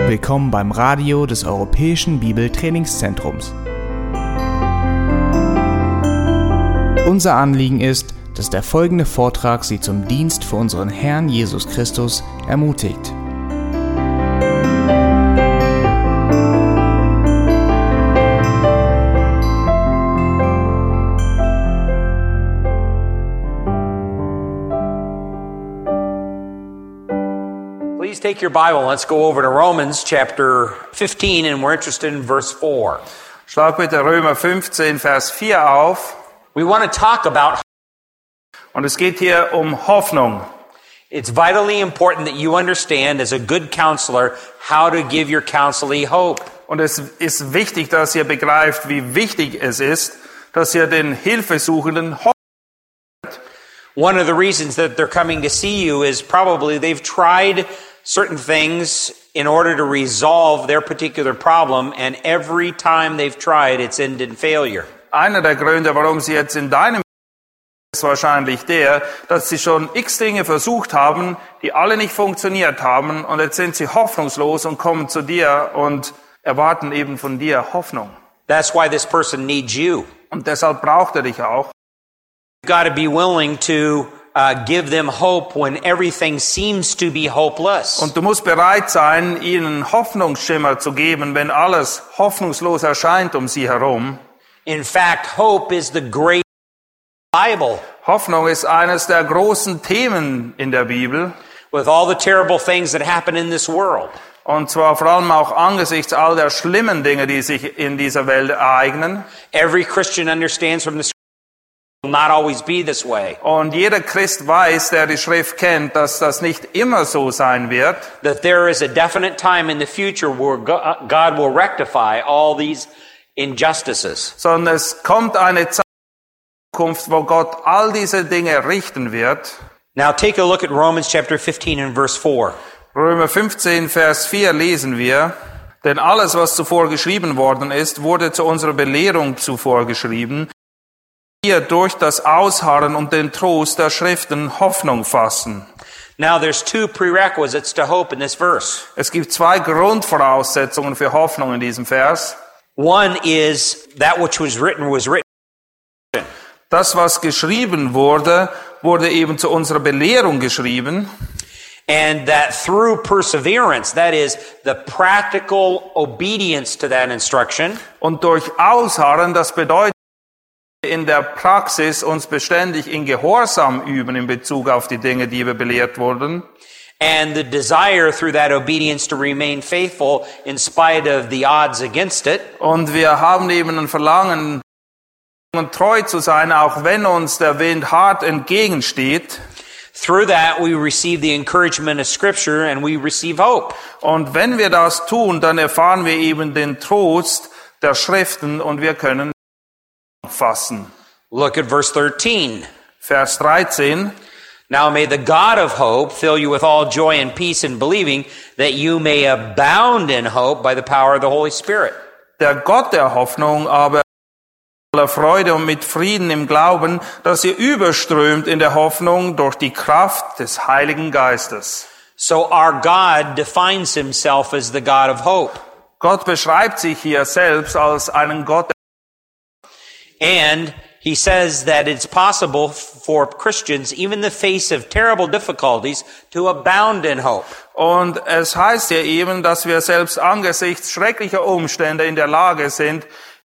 Willkommen beim Radio des Europäischen Bibeltrainingszentrums. Unser Anliegen ist, dass der folgende Vortrag Sie zum Dienst für unseren Herrn Jesus Christus ermutigt. Please take your Bible. Let's go over to Romans chapter 15 and we're interested in verse 4. Schlag bitte Römer 15, Vers 4 auf. We want to talk about Und es geht hier um Hoffnung. it's vitally important that you understand as a good counselor how to give your counselee hope. Und es ist wichtig, dass ihr begreift, wie wichtig es ist, dass ihr den Hilfesuchenden Hoffnung. One of the reasons that they're coming to see you is probably they've tried certain things in order to resolve their particular problem, and every time they've tried, it's ended in failure. Einer der Gründe, warum sie jetzt in deinem ist wahrscheinlich der, dass sie schon x Dinge versucht haben, die alle nicht funktioniert haben, und jetzt sind sie hoffnungslos und kommen zu dir und erwarten eben von dir Hoffnung. That's why this person needs you. Und deshalb braucht er dich auch. You've got to be willing to give them hope when everything seems to be hopeless. Und du musst bereit sein, ihnen Hoffnungsschimmer zu geben, wenn alles hoffnungslos erscheint um sie herum. In fact, hope is the great Bible. Hoffnung ist eines der großen Themen in der Bibel. With all the terrible things that happen in this world. Und zwar vor allem auch angesichts all der schlimmen Dinge, die sich in dieser Welt ereignen. Every Christian understands from the Scripture it will not always be this way. Und jeder Christ weiß, der die Schrift kennt, dass das nicht immer so sein wird. That there is a definite time in the future where God will rectify all these injustices. Sondern es kommt eine Zeit in der Zukunft, wo Gott all diese Dinge richten wird. Now take a look at Romans chapter 15 and verse 4. Römer 15, Vers 4 lesen wir, denn alles, was zuvor geschrieben worden ist, wurde zu unserer Belehrung zuvor geschrieben, wir durch das Ausharren und den Trost der Schriften Hoffnung fassen. Now there's two prerequisites to hope in this verse. Es gibt zwei Grundvoraussetzungen für Hoffnung in diesem Vers. One is that which was written. Das, was geschrieben wurde, wurde eben zu unserer Belehrung geschrieben. And that through perseverance, that is the practical obedience to that instruction, Und durch Ausharren, das bedeutet, in der Praxis uns beständig in Gehorsam üben in Bezug auf die Dinge, die wir belehrt wurden. and the desire through that obedience to remain faithful in spite of the odds against it. Und wir haben eben ein Verlangen, treu zu sein, auch wenn uns der Wind hart entgegensteht. Through that, we receive the encouragement of Scripture and we receive hope. Und wenn wir das tun, dann erfahren wir eben den Trost der Schriften und wir können fassen. Look at verse 13. Vers 13. Now may the God of hope fill you with all joy and peace in believing, that you may abound in hope by the power of the Holy Spirit. Der Gott der Hoffnung aber voller Freude und mit Frieden im Glauben, dass ihr überströmt in der Hoffnung durch die Kraft des Heiligen Geistes. So our God defines himself as the God of hope. Gott beschreibt sich hier selbst als einen Gott. And he says that it's possible for Christians, even in the face of terrible difficulties, to abound in hope. Und es heißt ja eben, dass wir selbst angesichts schrecklicher Umstände in der Lage sind,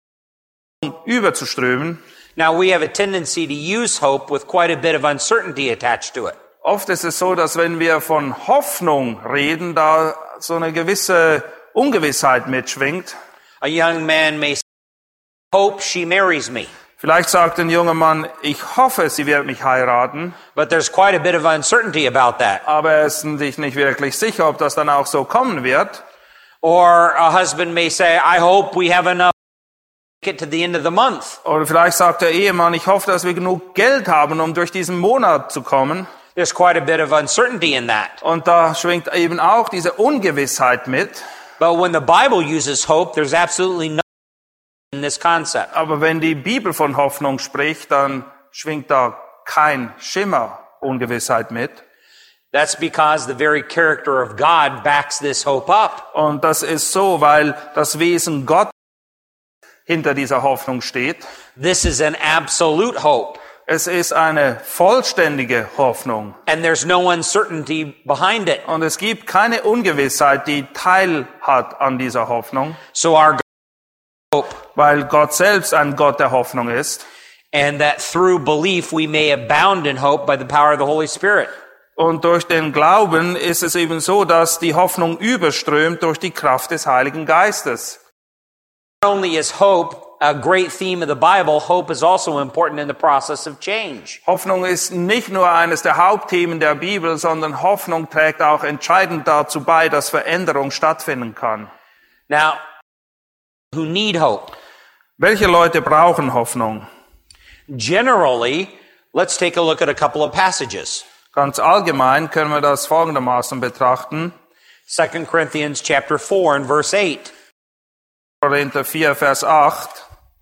überzuströmen. Now we have a tendency to use hope with quite a bit of uncertainty attached to it. Oft ist es so, dass wenn wir von Hoffnung reden, da so eine gewisse Ungewissheit mitschwingt. A young man may say, hope she marries me. Vielleicht sagt ein junger Mann, ich hoffe, sie wird mich heiraten. But there's quite a bit of uncertainty about that. Aber er ist sich nicht wirklich sicher, ob das dann auch so kommen wird. Or a husband may say, I hope we have enough to get to the end of the month. Oder vielleicht sagt der Ehemann, ich hoffe, dass wir genug Geld haben, um durch diesen Monat zu kommen. There's quite a bit of uncertainty in that. Und da schwingt eben auch diese Ungewissheit mit. But when the Bible uses hope, there's absolutely no in this concept. Aber wenn die Bibel von Hoffnung spricht, dann schwingt da kein Schimmer Ungewissheit mit. That's because the very character of God backs this hope up. Und das ist so, weil das Wesen Gott hinter dieser Hoffnung steht. This is an absolute hope. Es ist eine vollständige Hoffnung. And there's no uncertainty behind it. Und es gibt keine Ungewissheit, die Teil hat an dieser Hoffnung. So our hope, Weil Gott selbst ein Gott der Hoffnung ist. and that through belief we may abound in hope by the power of the Holy Spirit. Und durch den Glauben ist es eben so, dass die Hoffnung überströmt durch die Kraft des Heiligen Geistes. Not only is hope a great theme of the Bible, hope is also important in the process of change. Hoffnung ist nicht nur eines der Hauptthemen der Bibel, sondern Hoffnung trägt auch entscheidend dazu bei, dass Veränderung stattfinden kann. Now, who need hope? Welche Leute brauchen Hoffnung? Generally, let's take a look at a couple of passages. Ganz allgemein können wir das folgendermaßen betrachten. 2 Corinthians chapter 4 and verse 8. Korinther 4, Vers 8.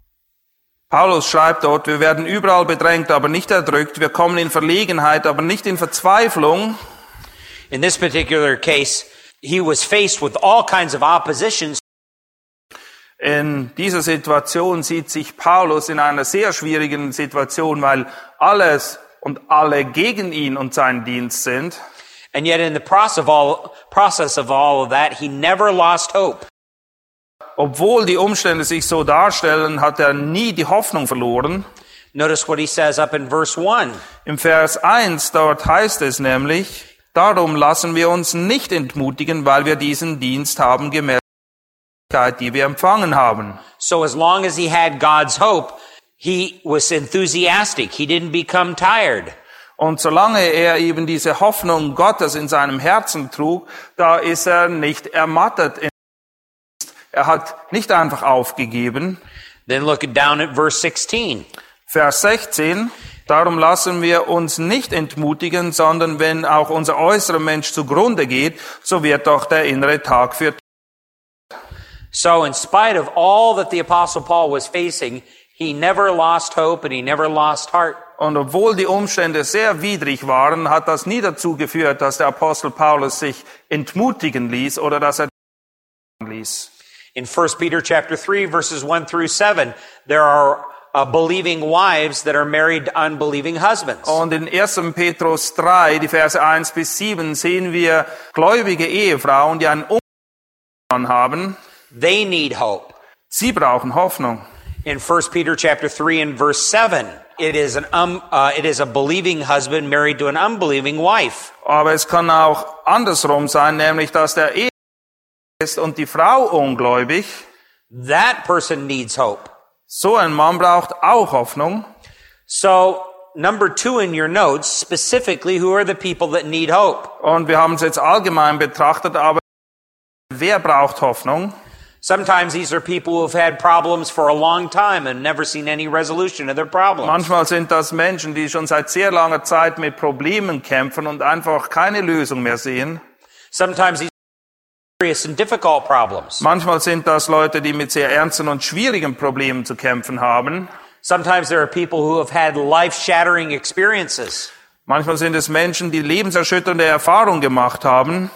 Paulus schreibt dort, wir werden überall bedrängt, aber nicht erdrückt. Wir kommen in Verlegenheit, aber nicht in Verzweiflung. In this particular case, he was faced with all kinds of oppositions. In dieser Situation sieht sich Paulus in einer sehr schwierigen Situation, weil alles und alle gegen ihn und seinen Dienst sind. And yet in the process of all of that, he never lost hope. Obwohl die Umstände sich so darstellen, hat er nie die Hoffnung verloren. Notice what he says up in verse 1. Im Vers 1, dort heißt es nämlich, darum lassen wir uns nicht entmutigen, weil wir diesen Dienst haben gemäß der Möglichkeit, die wir empfangen haben. So as long as he had God's hope, he was enthusiastic. He didn't become tired. Und solange er eben diese Hoffnung Gottes in seinem Herzen trug, da ist er nicht ermattet. Er hat nicht einfach aufgegeben. Then look down at verse 16. Vers 16. Darum lassen wir uns nicht entmutigen, sondern wenn auch unser äußerer Mensch zugrunde geht, so wird doch der innere Tag für. So in spite of all that the Apostle Paul was facing, he never lost hope and he never lost heart. Und obwohl die Umstände sehr widrig waren, hat das nie dazu geführt, dass der Apostel Paulus sich entmutigen ließ oder dass er ließ. In 1 Peter chapter 3 verses 1 through 7, there are believing wives that are married to unbelieving husbands. Und in 1. Petrus 3, die Verse 1 bis 7, sehen wir gläubige Ehefrauen, die einen Umstand haben. They need hope. Sie brauchen Hoffnung. In 1 Peter chapter 3 and verse 7, it is a believing husband married to an unbelieving wife. Aber es kann auch andersrum sein, nämlich dass der Ehemann ist und die Frau ungläubig. That person needs hope. So ein Mann braucht auch Hoffnung. So, number 2 in your notes, specifically, who are the people that need hope? Und wir haben es jetzt allgemein betrachtet, aber wer braucht Hoffnung? Sometimes these are people who have had problems for a long time and never seen any resolution of their problems. Manchmal sind das Menschen, die schon seit sehr langer Zeit mit Problemen kämpfen und einfach keine Lösung mehr sehen. Sometimes these are serious and difficult problems. Manchmal sind das Leute, die mit sehr ernsten und schwierigen Problemen zu kämpfen haben. Sometimes there are people who have had life-shattering experiences. Manchmal sind es Menschen, die lebenserschütternde Erfahrungen gemacht haben.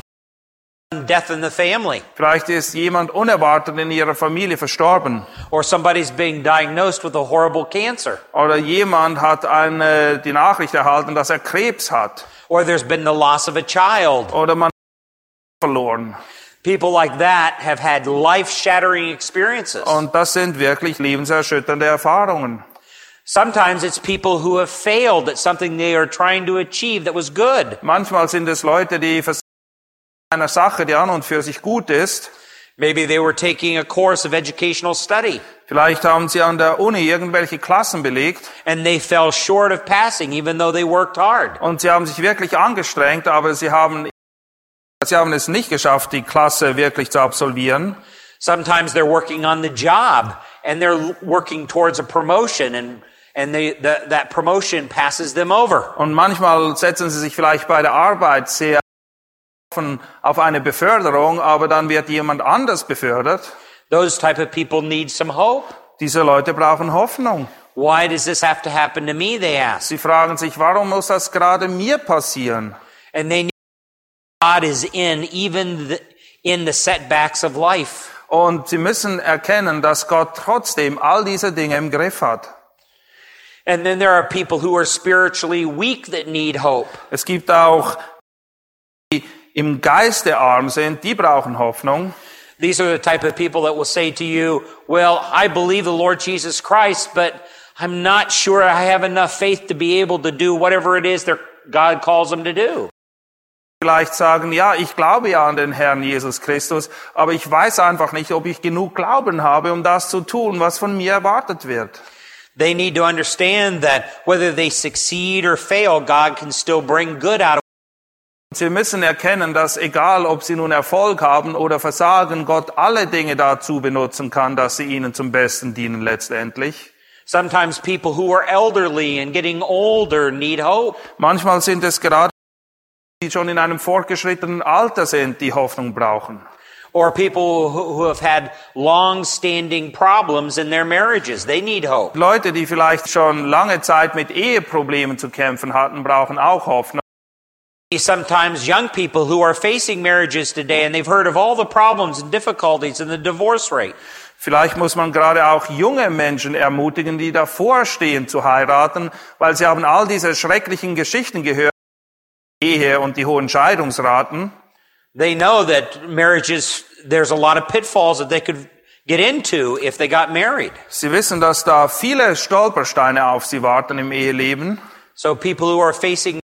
Death in the family. Vielleicht ist jemand unerwartet in ihrer Familie verstorben. Or somebody's being diagnosed with a horrible cancer. Oder jemand hat die Nachricht erhalten, dass er Krebs hat. Or there's been the loss of a child. Oder man hat verloren. People like that have had life-shattering experiences. Und das sind wirklich lebenserschütternde Erfahrungen. Sometimes it's people who have failed at something they are trying to achieve that was good. Manchmal sind es Leute, die einer Sache, die an und für sich gut ist. Maybe they were taking a course of educational study. Vielleicht haben sie an der Uni irgendwelche Klassen belegt. And they fell short of passing even though they worked hard. Und sie haben sich wirklich angestrengt, aber sie haben es nicht geschafft, die Klasse wirklich zu absolvieren. Sometimes they're working on the job and they're working towards a promotion and that promotion passes them over. Und manchmal setzen sie sich vielleicht bei der Arbeit sehr auf eine Beförderung, aber dann wird jemand anders befördert. Those type of people need some hope. Diese Leute brauchen Hoffnung. Why does this have to happen to me, they ask. Sie fragen sich, warum muss das gerade mir passieren? And they know God is in even in the setbacks of life. Und sie müssen erkennen, dass Gott trotzdem all diese Dinge im Griff hat. And then there are people who are spiritually weak that need hope. Es gibt auch, die im Geiste arm sind, die brauchen Hoffnung. These are the type of people that will say to you, well, I believe the Lord Jesus Christ, but I'm not sure I have enough faith to be able to do whatever it is that God calls them to do. Vielleicht sagen, ja, ich glaube ja an den Herrn Jesus Christus, aber ich weiß einfach nicht, ob ich genug Glauben habe, um das zu tun, was von mir erwartet wird. They need to understand that whether they succeed or fail, God can still bring good out of it. Sie müssen erkennen, dass egal, ob sie nun Erfolg haben oder versagen, Gott alle Dinge dazu benutzen kann, dass sie ihnen zum Besten dienen letztendlich. Sometimes people who are elderly and getting older need hope. Manchmal sind es gerade die schon in einem fortgeschrittenen Alter sind, die Hoffnung brauchen. Or people who have had long-standing problems in their marriages. They need hope. Leute, die vielleicht schon lange Zeit mit Eheproblemen zu kämpfen hatten, brauchen auch Hoffnung. Sometimes young people who are facing marriages today and they've heard of all the problems and difficulties in the divorce rate. Vielleicht muss man gerade auch junge Menschen ermutigen, die davor stehen zu heiraten, weil sie haben all diese schrecklichen Geschichten gehört, Ehe und die hohen Scheidungsraten. They know that marriages, there's a lot of pitfalls that they could get into if they got married. Sie wissen, dass da viele Stolpersteine auf sie warten im Eheleben. So people who are facing,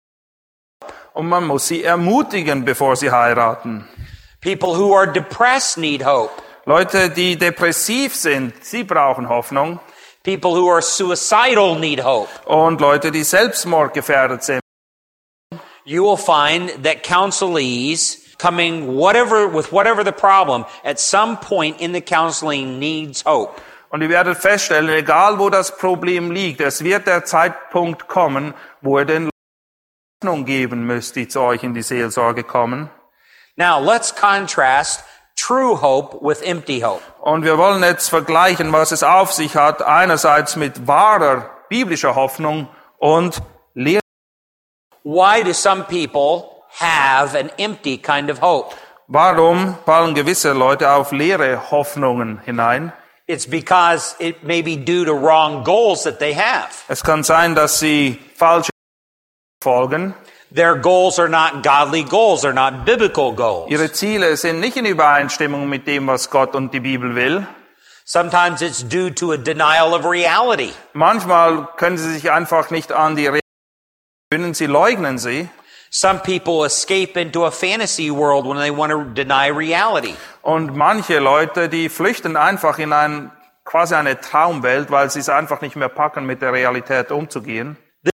Und man muss sie ermutigen, bevor sie heiraten. people who are depressed need hope. Leute, die depressiv sind, sie brauchen Hoffnung. People who are suicidal need hope. Und Leute, die selbstmordgefährdet sind. You will find that counselees coming with whatever the problem, at some point in the counseling needs hope. Und ihr werdet feststellen, egal wo das Problem liegt, es wird der Zeitpunkt kommen, wo ihr den Hoffnung geben müsst, die zu euch in die Seelsorge kommen. Now let's contrast true hope with empty hope. Und wir wollen jetzt vergleichen, was es auf sich hat, einerseits mit wahrer biblischer Hoffnung und leerer. Why do some people have an empty kind of hope? Warum fallen gewisse Leute auf leere Hoffnungen hinein? It's because it may be due to wrong goals that they have. Es kann sein, dass sie falsche folgen. Their goals are not godly goals, they're not biblical goals. Ihre Ziele sind nicht in Übereinstimmung mit dem, was Gott und die Bibel will. Sometimes it's due to a denial of reality. Manchmal können sie sich einfach nicht an die Realität gewöhnen, sie leugnen sie. Some people escape into a fantasy world when they want to deny reality. Und manche Leute, die flüchten einfach in quasi eine Traumwelt, weil sie es einfach nicht mehr packen, mit der Realität umzugehen.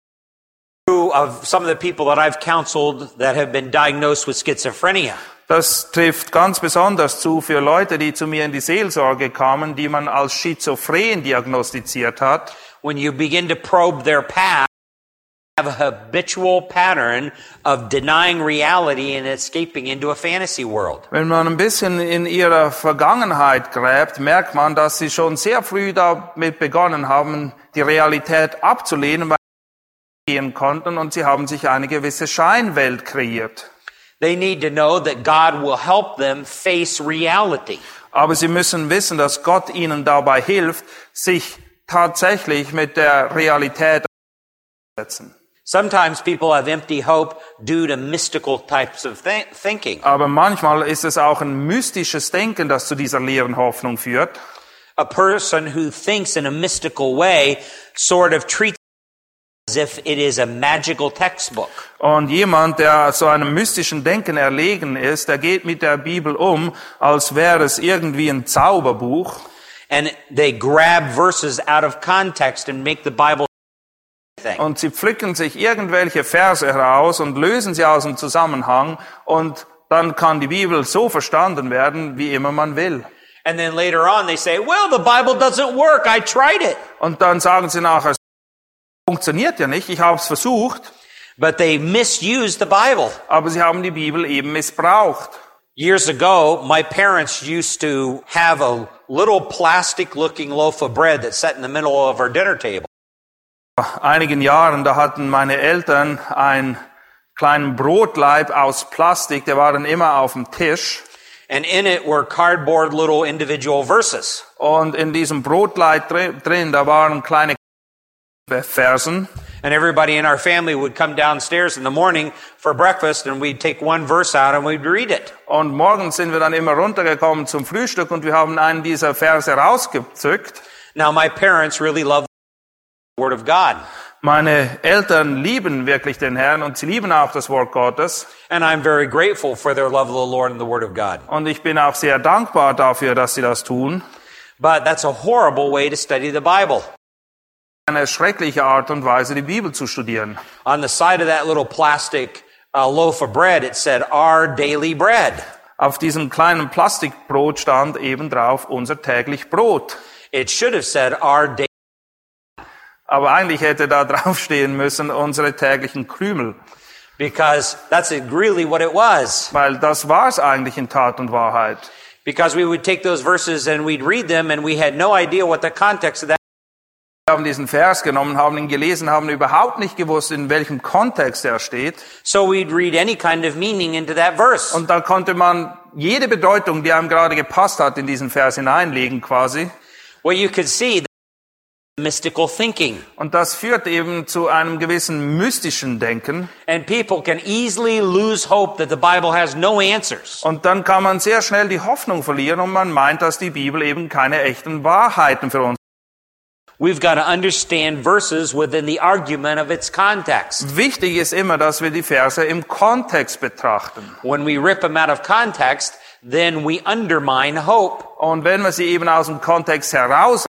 Of some of the people that I've counseled that have been diagnosed with schizophrenia. Das trifft ganz besonders zu für Leute, die zu mir in die Seelsorge kamen, die man als schizophren diagnostiziert hat. When you begin to probe their past, you have a habitual pattern of denying reality and escaping into a fantasy world. Wenn man ein bisschen in ihrer Vergangenheit gräbt, merkt man, dass sie schon sehr früh damit begonnen haben, die Realität abzulehnen, weil sie gehen konnten, und sie haben sich eine gewisse Scheinwelt kreiert. They need to know that God will help them face reality. Aber sie müssen wissen, dass Gott ihnen dabei hilft, sich tatsächlich mit der Realität auseinanderzusetzen. Sometimes people have empty hope due to mystical types of thinking. Aber manchmal ist es auch ein mystisches Denken, das zu dieser leeren Hoffnung führt. A person who thinks in a mystical way sort of treats as if it is a magical textbook. Und jemand, der so einem mystischen Denken erlegen ist, der geht mit der Bibel um, als wäre es irgendwie ein Zauberbuch. And they grab verses out of context and make the Bible thing. Und sie pflücken sich irgendwelche Verse heraus und lösen sie aus dem Zusammenhang, und dann kann die Bibel so verstanden werden, wie immer man will. And then later on they say, well, the Bible doesn't work. I tried it. Und dann sagen sie nachher, funktioniert ja nicht, ich habe es versucht. But they misuse the Bible. Aber sie haben die Bibel eben missbraucht. Years ago, my parents used to have a little plastic-looking loaf of bread that sat in the middle of our dinner table. Vor einigen Jahren, da hatten meine Eltern ein kleinen Brotlaib aus Plastik, der war dann immer auf dem Tisch. And in it were cardboard little individual verses. Und in diesem Brotlaib drin, da waren kleine Versen. And everybody in our family would come downstairs in the morning for breakfast and we'd take one verse out and we'd read it. Und morgens sind wir dann immer runtergekommen zum Frühstück und wir haben einen dieser Verse rausgezückt. Now my parents really love the Word of God. Meine Eltern lieben wirklich den Herrn und sie lieben auch das Wort Gottes. And I'm very grateful for their love of the Lord and the Word of God. Und ich bin auch sehr dankbar dafür, dass sie das tun. But that's a horrible way to study the Bible. Eine schreckliche Art und Weise, die Bibel zu studieren. On the side of that little plastic loaf of bread, it said, our daily bread. Auf diesem kleinen Plastikbrot stand eben drauf, unser täglich Brot. It should have said, our daily. Aber eigentlich hätte da draufstehen müssen, unsere täglichen Krümel. Because that's really what it was. Weil das war es eigentlich in Tat und Wahrheit. Because we would take those verses and we'd read them and we had no idea what the context of that. Wir haben diesen Vers genommen, haben ihn gelesen, haben überhaupt nicht gewusst, in welchem Kontext er steht. So we'd read any kind of meaning into that verse. Und da konnte man jede Bedeutung, die einem gerade gepasst hat, in diesen Vers hineinlegen quasi. Well, you could see mystical thinking. Und das führt eben zu einem gewissen mystischen Denken. And people can easily lose hope that the Bible has no answers. Und dann kann man sehr schnell die Hoffnung verlieren und man meint, dass die Bibel eben keine echten Wahrheiten für uns. We've got to understand verses within the argument of its context. Wichtig ist immer, dass wir die Verse im Kontext betrachten. When we rip them out of context, then we undermine hope. Und wenn wir sie eben aus dem Kontext heraus,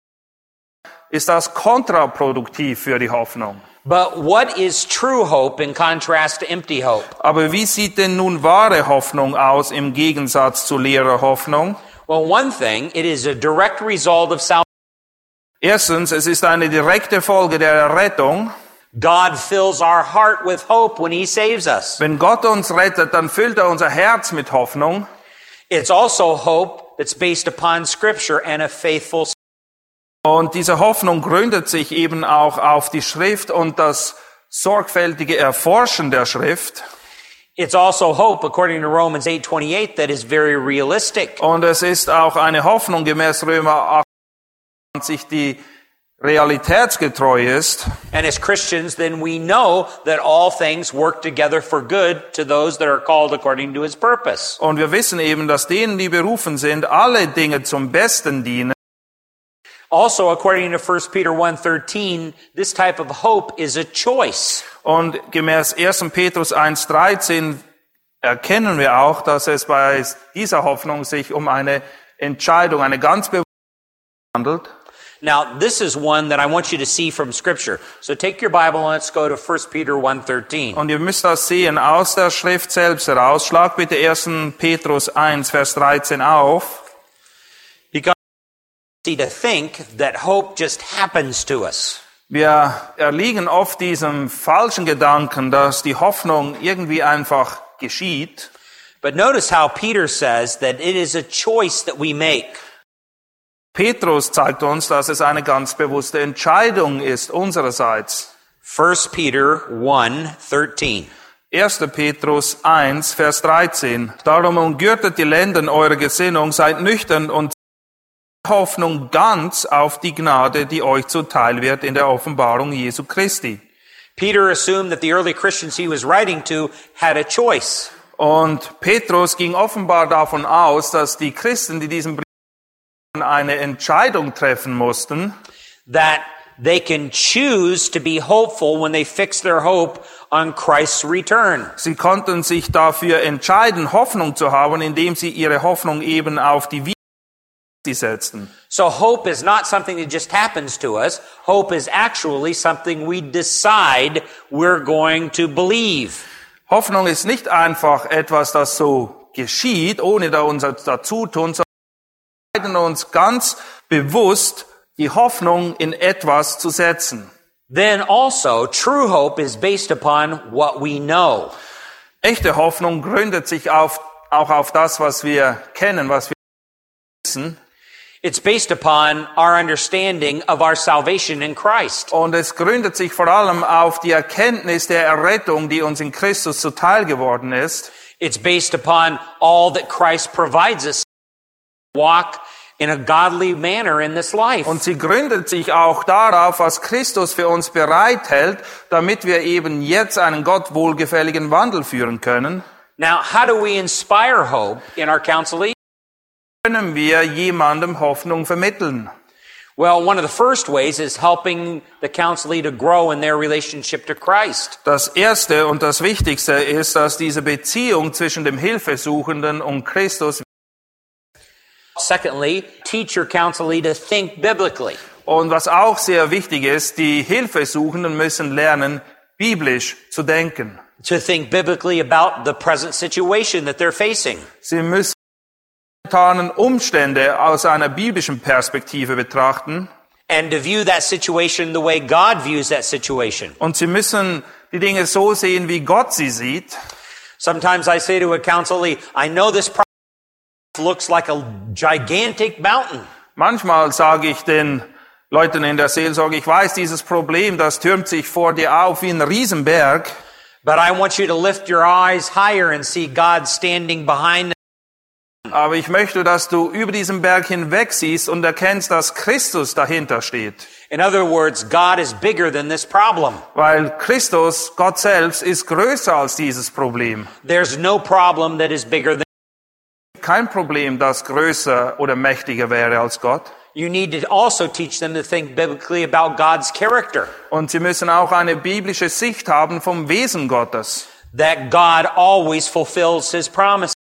ist das kontraproduktiv für die Hoffnung. But what is true hope in contrast to empty hope? Aber wie sieht denn nun wahre Hoffnung aus im Gegensatz zu leerer Hoffnung? Well, one thing, it is a direct result of salvation. Erstens, es ist eine direkte Folge der Errettung. God fills our heart with hope when He saves us. Wenn Gott uns rettet, dann füllt er unser Herz mit Hoffnung. It's also hope that's based upon Scripture and a faithful. Und diese Hoffnung gründet sich eben auch auf die Schrift und das sorgfältige Erforschen der Schrift. It's also hope, according to Romans 8:28, that is very realistic. Und es ist auch eine Hoffnung gemäß Römer 8, die realitätsgetreu ist. And as Christians, then we know that all things work together for good to those that are called according to His purpose. Und wir wissen eben, dass denen, die berufen sind, alle Dinge zum Besten dienen. Also, according to 1 Peter 1:13, this type of hope is a choice. Und gemäß 1. Petrus 1,13 erkennen wir auch, dass es bei dieser Hoffnung sich um eine Entscheidung, eine ganz bewusste handelt. Now, this is one that I want you to see from Scripture. So take your Bible and let's go to 1 Peter 1:13. Und ihr müsst das sehen aus der Schrift selbst heraus. Schlag bitte 1. Petrus 1, Vers 13 auf. Because it's easy to think that hope just happens to us. Wir erliegen oft diesem falschen Gedanken, dass die Hoffnung irgendwie einfach geschieht. But notice how Peter says that it is a choice that we make. Petrus zeigt uns, dass es eine ganz bewusste Entscheidung ist unsererseits. 1 Peter 1:13. 1. Petrus 1, Vers 13. Darum umgürtet die Lenden eure Gesinnung, seid nüchtern und Hoffnung ganz auf die Gnade, die euch zuteil wird in der Offenbarung Jesu Christi. Peter assumed that the early Christians he was writing to had a choice. Und Petrus ging offenbar davon aus, dass die Christen, die diesen Brief eine Entscheidung treffen mussten, that they can choose to be hopeful when they fix their hope on Christ's return. Sie konnten sich dafür entscheiden, Hoffnung zu haben, indem sie ihre Hoffnung eben auf die Wiederkunft setzten. So hope is not something that just happens to us. Hope is actually something we decide we're going to believe. Hoffnung ist nicht einfach etwas, das so geschieht, ohne da unser Dazutun, sondern wir entscheiden uns ganz bewusst, die Hoffnung in etwas zu setzen. Then also, true hope is based upon what we know. Echte Hoffnung gründet sich auch auf das, was wir kennen, was wir wissen. It's based upon our understanding of our salvation in Christ. Und es gründet sich vor allem auf die Erkenntnis der Errettung, die uns in Christus zuteil geworden ist. It's based upon all that Christ provides us to walk in a godly manner in this life. Und sie gründet sich auch darauf, was Christus für uns bereithält, damit wir eben jetzt einen Gott wohlgefälligen Wandel führen können. Now, how do we inspire hope in our counseling? Können wir jemandem Hoffnung vermitteln? Well, one of the first ways is helping the counselee to grow in their relationship to Christ. Das Erste und das Wichtigste ist, dass diese Beziehung zwischen dem Hilfesuchenden und Christus. Secondly, teach your counselee to think biblically. Und was auch sehr wichtig ist, die Hilfesuchenden müssen lernen, biblisch zu denken. To think biblically about the present situation that they're facing. Sie müssen momentanen Umstände aus einer biblischen Perspektive betrachten. And to view that situation the way God views that situation. Und sie müssen die Dinge so sehen, wie Gott sie sieht. Sometimes I say to a counselee, I know this problem looks like a gigantic mountain. Manchmal sage ich den Leuten in der Seelsorge, ich weiß, dieses Problem, das türmt sich vor dir auf wie ein Riesenberg. But I want you to lift your eyes higher and see God standing behind. Aber ich möchte, dass du über diesen Berg hinweg siehst und erkennst, dass Christus dahinter steht. In other words, God is bigger than this problem. Weil Christus, Gott selbst, ist größer als dieses Problem. There's no problem that is bigger than. Kein Problem, das größer oder mächtiger wäre als Gott. You need to also teach them to think biblically about God's character. Und sie müssen auch eine biblische Sicht haben vom Wesen Gottes. That God always fulfills His promises.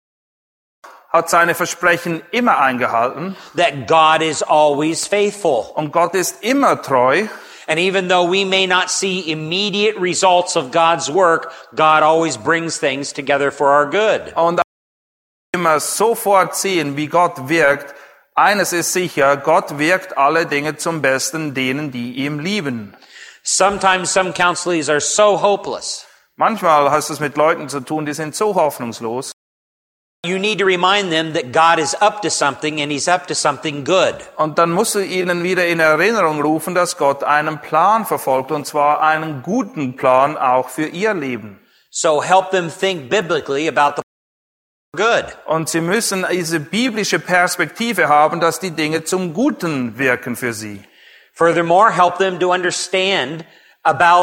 Hat seine Versprechen immer eingehalten. That God is always faithful. Und Gott ist immer treu. And even though we may not see immediate results of God's work, God always brings things together for our good. Und immer sofort sehen, wie Gott wirkt. Eines ist sicher, Gott wirkt alle Dinge zum Besten denen, die ihm lieben. Sometimes some counselees are so hopeless. Manchmal hast du es mit Leuten zu tun, die sind so hoffnungslos. You need to remind them that God is up to something and He's up to something good. Und dann musst du ihnen wieder in Erinnerung rufen, dass Gott einen Plan verfolgt, und zwar einen guten Plan auch für ihr Leben. So help them think biblically about the good. Und sie müssen diese biblische Perspektive haben, dass die Dinge zum Guten wirken für sie. Furthermore, help them to understand about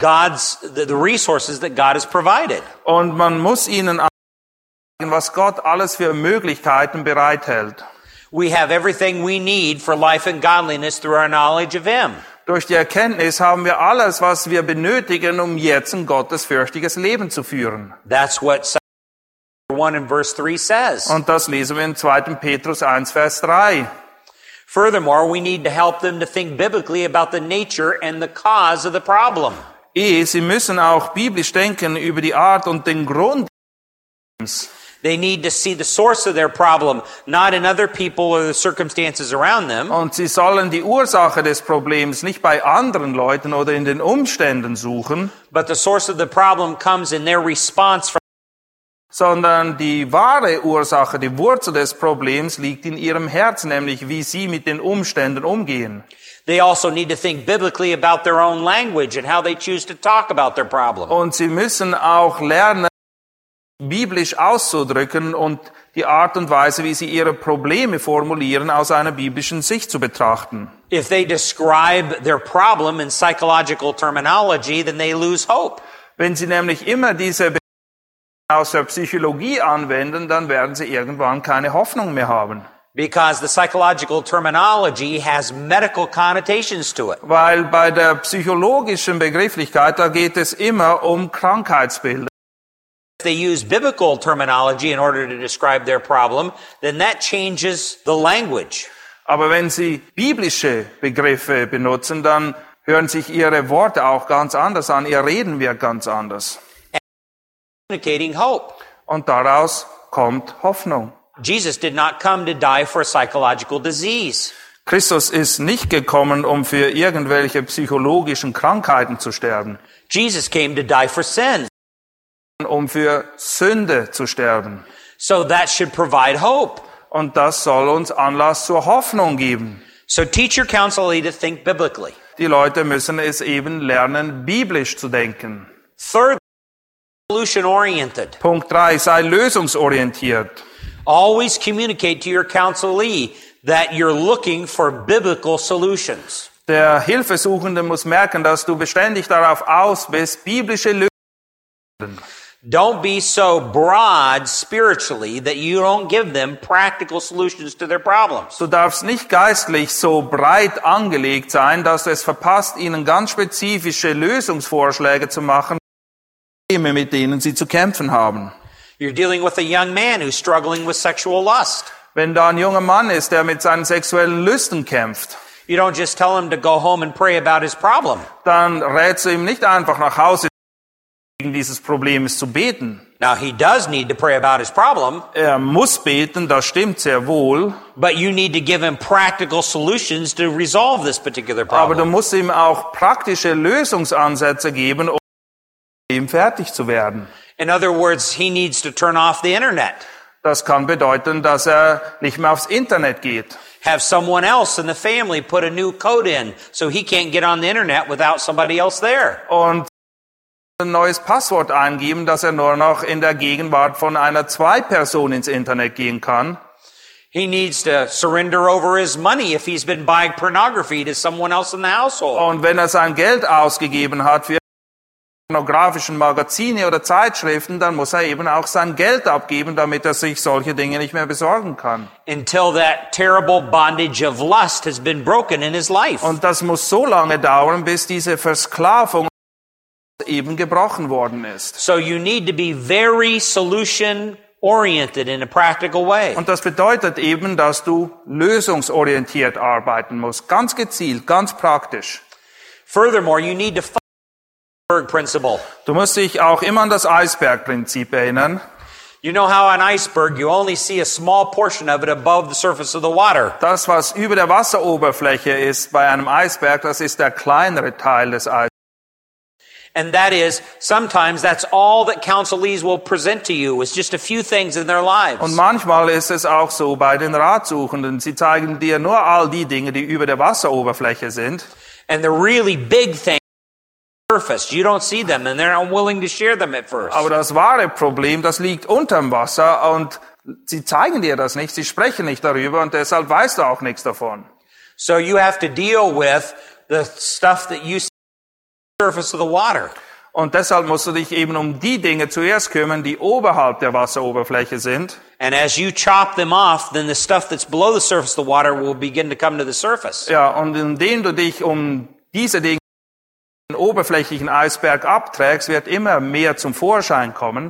the resources that God has provided. Und man muss ihnen sagen, was Gott alles für Möglichkeiten bereithält. We have everything we need for life and godliness through our knowledge of Him. Durch die Erkenntnis haben wir alles, was wir benötigen, um jetzt ein gottesfürchtiges Leben zu führen. That's what 1 and verse 3 says. Und das lesen wir in 2. Petrus 1, Vers 3. Furthermore, we need to help them to think biblically about the nature and the cause of the problem. Sie müssen auch biblisch denken über die Art und den Grund. They need to see the source of their problem, not in other people or the circumstances around them. Und sie sollen die Ursache des Problems nicht bei anderen Leuten oder in den Umständen suchen, But the source of the problem comes in their response from sondern die wahre Ursache, die Wurzel des Problems liegt in ihrem Herzen, nämlich wie sie mit den Umständen umgehen. They also need to think biblically about their own language and how they choose to talk about their problem. Und sie müssen auch lernen, biblisch auszudrücken und die Art und Weise, wie sie ihre Probleme formulieren, aus einer biblischen Sicht zu betrachten. If they describe their problem in psychological terminology, then they lose hope. Wenn sie nämlich immer diese aus der Psychologie anwenden, dann werden sie irgendwann keine Hoffnung mehr haben. Because the psychological terminology has medical connotations to it. Weil bei der psychologischen Begrifflichkeit, da geht es immer um Krankheitsbilder. If they use biblical terminology in order to describe their problem, then that changes the language. Aber wenn sie biblische Begriffe benutzen, dann hören sich ihre Worte auch ganz anders an, ihr Reden wird ganz anders. Communicating hope. Und daraus kommt Hoffnung. Jesus did not come to die for a psychological disease. Christus ist nicht gekommen, um für irgendwelche psychologischen Krankheiten zu sterben. Jesus came to die for sin. Um für Sünde zu sterben. So that should provide hope. Und das soll uns Anlass zur Hoffnung geben. So teach your counselee to think biblically. Die Leute müssen es eben lernen, biblisch zu denken. Third, solution-oriented. Punkt 3, sei lösungsorientiert. Always communicate to your counselee that you're looking for biblical solutions. Der Hilfesuchende muss merken, dass du beständig darauf aus bist, biblische Lösungen zu finden. Don't be so broad spiritually that you don't give them practical solutions to their problems. Du darfst nicht geistlich so breit angelegt sein, dass du es verpasst, ihnen ganz spezifische Lösungsvorschläge zu machen, mit denen sie zu kämpfen haben. You're dealing with a young man who's struggling with sexual lust. Wenn da ein junger Mann ist, der mit seinen sexuellen Lüsten kämpft, You don't just tell him to go home and pray about his problem. dann rätst du ihm nicht einfach nach Hause, wegen dieses Problems zu beten. Now, he does need to pray about his problem, Er muss beten, das stimmt sehr wohl, but you need to give him practical solutions to resolve this particular aber du problem. musst ihm auch praktische Lösungsansätze geben, um mit ihm fertig zu werden. In other words, he needs to turn off the internet. Das kann bedeuten, dass er nicht mehr aufs Internet geht. Have someone else in the family put a new code in so he can't get on the internet without somebody else there. Und ein neues Passwort eingeben, dass er nur noch in der Gegenwart von einer Zwei-Person ins Internet gehen kann. He needs to surrender over his money if he's been buying pornography to someone else in the household. Und wenn er sein Geld ausgegeben hat für pornografischen Magazine oder Zeitschriften, dann muss er eben auch sein Geld abgeben, damit er sich solche Dinge nicht mehr besorgen kann. Until that terrible bondage of lust has been broken in his life. Und das muss so lange dauern, bis diese Versklavung eben gebrochen worden ist. So you need to be very solution oriented in a practical way. Und das bedeutet eben, dass du lösungsorientiert arbeiten musst. Ganz gezielt, ganz praktisch. Furthermore, you need to follow the iceberg principle. Du musst dich auch immer an das Eisbergprinzip erinnern. You know how an iceberg, you only see a small portion of it above the surface of the water. Das, was über der Wasseroberfläche ist bei einem Eisberg, das ist der kleinere Teil des Eisbergs. And that is, sometimes that's all that counselees will present to you, is just a few things in their lives. Und manchmal ist es auch so bei den Ratsuchenden. Sie zeigen dir nur all die Dinge, die über der Wasseroberfläche sind. And the really big things are surface. You don't see them and they're unwilling to share them at first. Aber das wahre Problem, das liegt unterm Wasser und sie zeigen dir das nicht, sie sprechen nicht darüber und deshalb weißt du auch nichts davon. So you have to deal with the stuff that you see on the surface of the water. Und deshalb musst du dich eben um die Dinge zuerst kümmern, die oberhalb der Wasseroberfläche sind. And as you chop them off, then the stuff that's below the surface of the water will begin to come to the surface. Ja, und indem du dich um diese Dinge, den oberflächlichen Eisberg abträgst, wird immer mehr zum Vorschein kommen.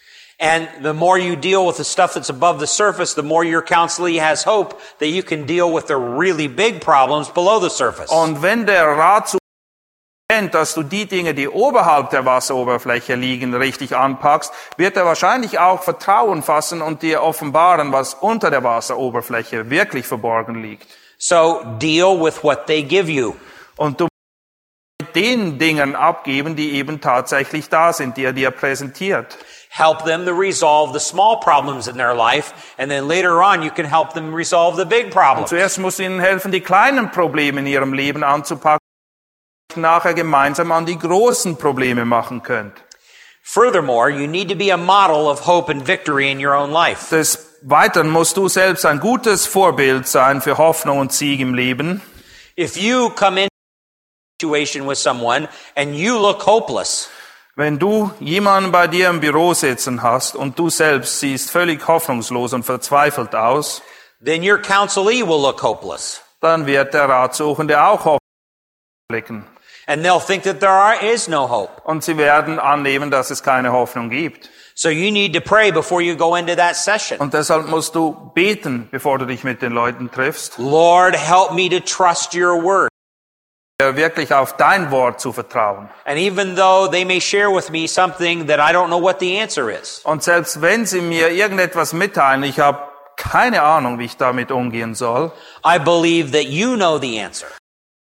And the more you deal with the stuff that's above the surface, the more your counselee has hope that you can deal with the really big problems below the surface. Und wenn der Ratsuchende erkennt, dass du die Dinge, die oberhalb der Wasseroberfläche liegen, richtig anpackst, wird er wahrscheinlich auch Vertrauen fassen und dir offenbaren, was unter der Wasseroberfläche wirklich verborgen liegt. So deal with what they give you. Und du musst mit den Dingen abgeben, die eben tatsächlich da sind, die er dir präsentiert. Help them to resolve the small problems in their life, and then later on you can help them resolve the big problems. Zuerst musst du ihnen helfen, die kleinen Probleme in ihrem Leben anzupacken, die ihr nachher gemeinsam an die großen Probleme machen könnt. Furthermore, you need to be a model of hope and victory in your own life. Des Weiteren musst du selbst ein gutes Vorbild sein für Hoffnung und Sieg im Leben. If you come into a situation with someone and you look hopeless, Wenn du jemanden bei dir im Büro sitzen hast und du selbst siehst völlig hoffnungslos und verzweifelt aus, then your counselee will look hopeless. dann wird der Ratsuchende auch Hoffnung blicken. And they'll think that there is no hope. Und sie werden annehmen, dass es keine Hoffnung gibt. So you need to pray before you go into that session. Und deshalb musst du beten, bevor du dich mit den Leuten triffst, Lord, help me to trust your word. wirklich auf dein Wort zu vertrauen. And even though they may share with me something that I don't know what the answer is, Und selbst wenn sie mir irgendetwas mitteilen, ich habe keine Ahnung, wie ich damit umgehen soll, I believe that you know the answer.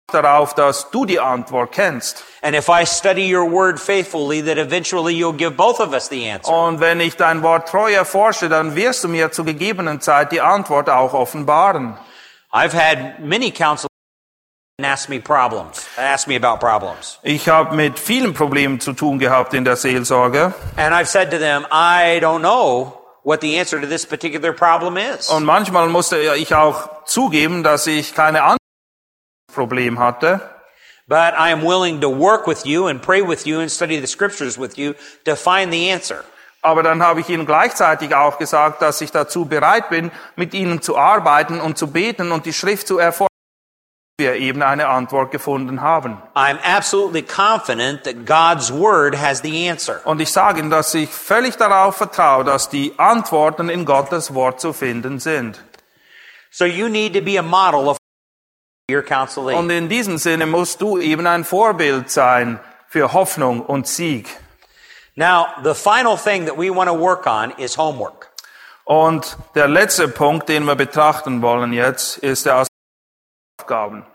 darauf, dass du die Antwort kennst. And if I study your word faithfully, that eventually you'll give both of us the answer. Und wenn ich dein Wort treu erforsche, dann wirst du mir zur gegebenen Zeit die Antwort auch offenbaren. I've had many counselors ask me about problems. Ich habe mit vielen Problemen zu tun gehabt in der Seelsorge. And I've said to them, I don't know what the answer to this particular problem is. Und manchmal musste ich auch zugeben, dass ich keine Antwort auf das Problem hatte. But I am willing to work with you and pray with you and study the scriptures with you to find the answer. Aber dann habe ich ihnen gleichzeitig auch gesagt, dass ich dazu bereit bin, mit ihnen zu arbeiten und zu beten und die Schrift zu erforschen, bis wir eben eine Antwort gefunden haben. I'm absolutely confident that God's word has the answer. Und ich sage Ihnen, dass ich völlig darauf vertraue, dass die Antworten in Gottes Wort zu finden sind. So you need to be a model of your counselee. Und in diesem Sinne musst du eben ein Vorbild sein für Hoffnung und Sieg. Now, the final thing that we want to work on is homework. Und der letzte Punkt, den wir betrachten wollen jetzt, ist der Aufgaben.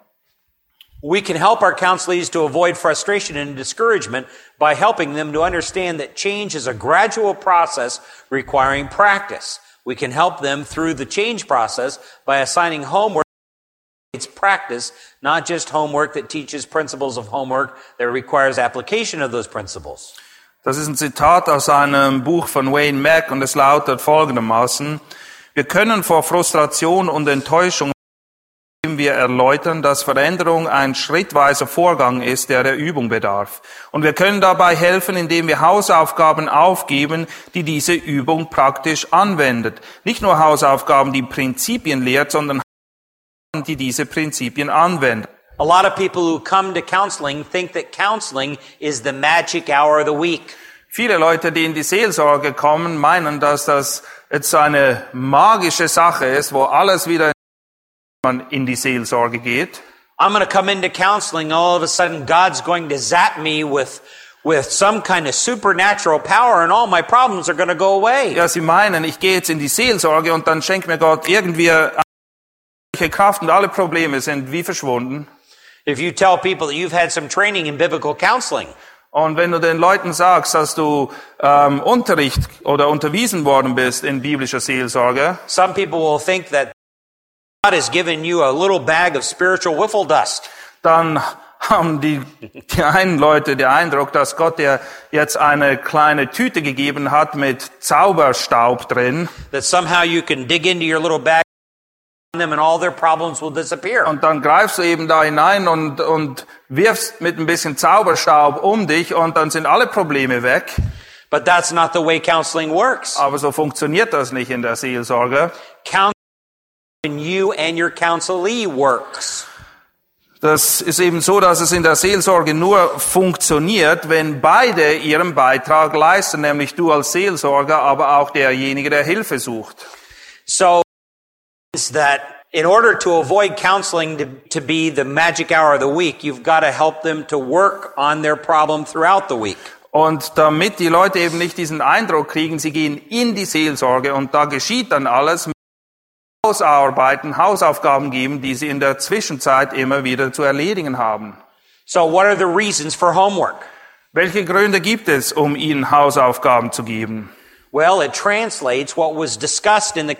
We can help our counselees to avoid frustration and discouragement by helping them to understand that change is a gradual process requiring practice. We can help them through the change process by assigning homework that needs practice, not just homework that teaches principles of homework that requires application of those principles. Das ist ein Zitat aus einem Buch von Wayne Mack und es lautet folgendermaßen: Wir können vor Frustration und Enttäuschung, indem wir erläutern, dass Veränderung ein schrittweiser Vorgang ist, der Übung bedarf. Und wir können dabei helfen, indem wir Hausaufgaben aufgeben, die diese Übung praktisch anwendet. Nicht nur Hausaufgaben, die Prinzipien lehrt, sondern die diese Prinzipien anwenden. A lot of people who come to counseling think that counseling is the magic hour of the week. Viele Leute, die in die Seelsorge kommen, meinen, dass das jetzt eine magische Sache ist, wo alles wieder in die Seelsorge geht. I'm going to come into counseling, all of a sudden God's going to zap me with some kind of supernatural power and all my problems are going to go away. Ja, sie meinen, ich gehe jetzt in die Seelsorge und dann schenkt mir Gott irgendwie eine Kraft und alle Probleme sind wie verschwunden. If you tell people that you've had some training in biblical counseling, und wenn du den Leuten sagst, dass du Unterricht oder unterwiesen worden bist in biblischer Seelsorge, some people will think that God has given you a little bag of spiritual wiffle dust. Dann haben die einen Leute den Eindruck, dass Gott dir jetzt eine kleine Tüte gegeben hat mit Zauberstaub drin. That somehow you can dig into your little bag them and all their problems will disappear. Und dann greifst du eben da hinein und wirfst mit ein bisschen Zauberstaub um dich und dann sind alle Probleme weg. But that's not the way counseling works. Aber so funktioniert das nicht in der Seelsorge. Counseling in you and your counselee works. Das ist eben so, dass es in der Seelsorge nur funktioniert, wenn beide ihren Beitrag leisten, nämlich du als Seelsorger, aber auch derjenige, der Hilfe sucht. So is that in order to avoid counseling to be the magic hour of the week, you've got to help them to work on their problem throughout the week. Und damit die Leute eben nicht diesen Eindruck kriegen, sie gehen in die Seelsorge und da geschieht dann alles, Hausarbeiten, Hausaufgaben geben, die sie in der Zwischenzeit immer wieder zu erledigen haben. So what are the reasons for homework? Welche Gründe gibt es, um ihnen Hausaufgaben zu geben? Well, it translates what was discussed in the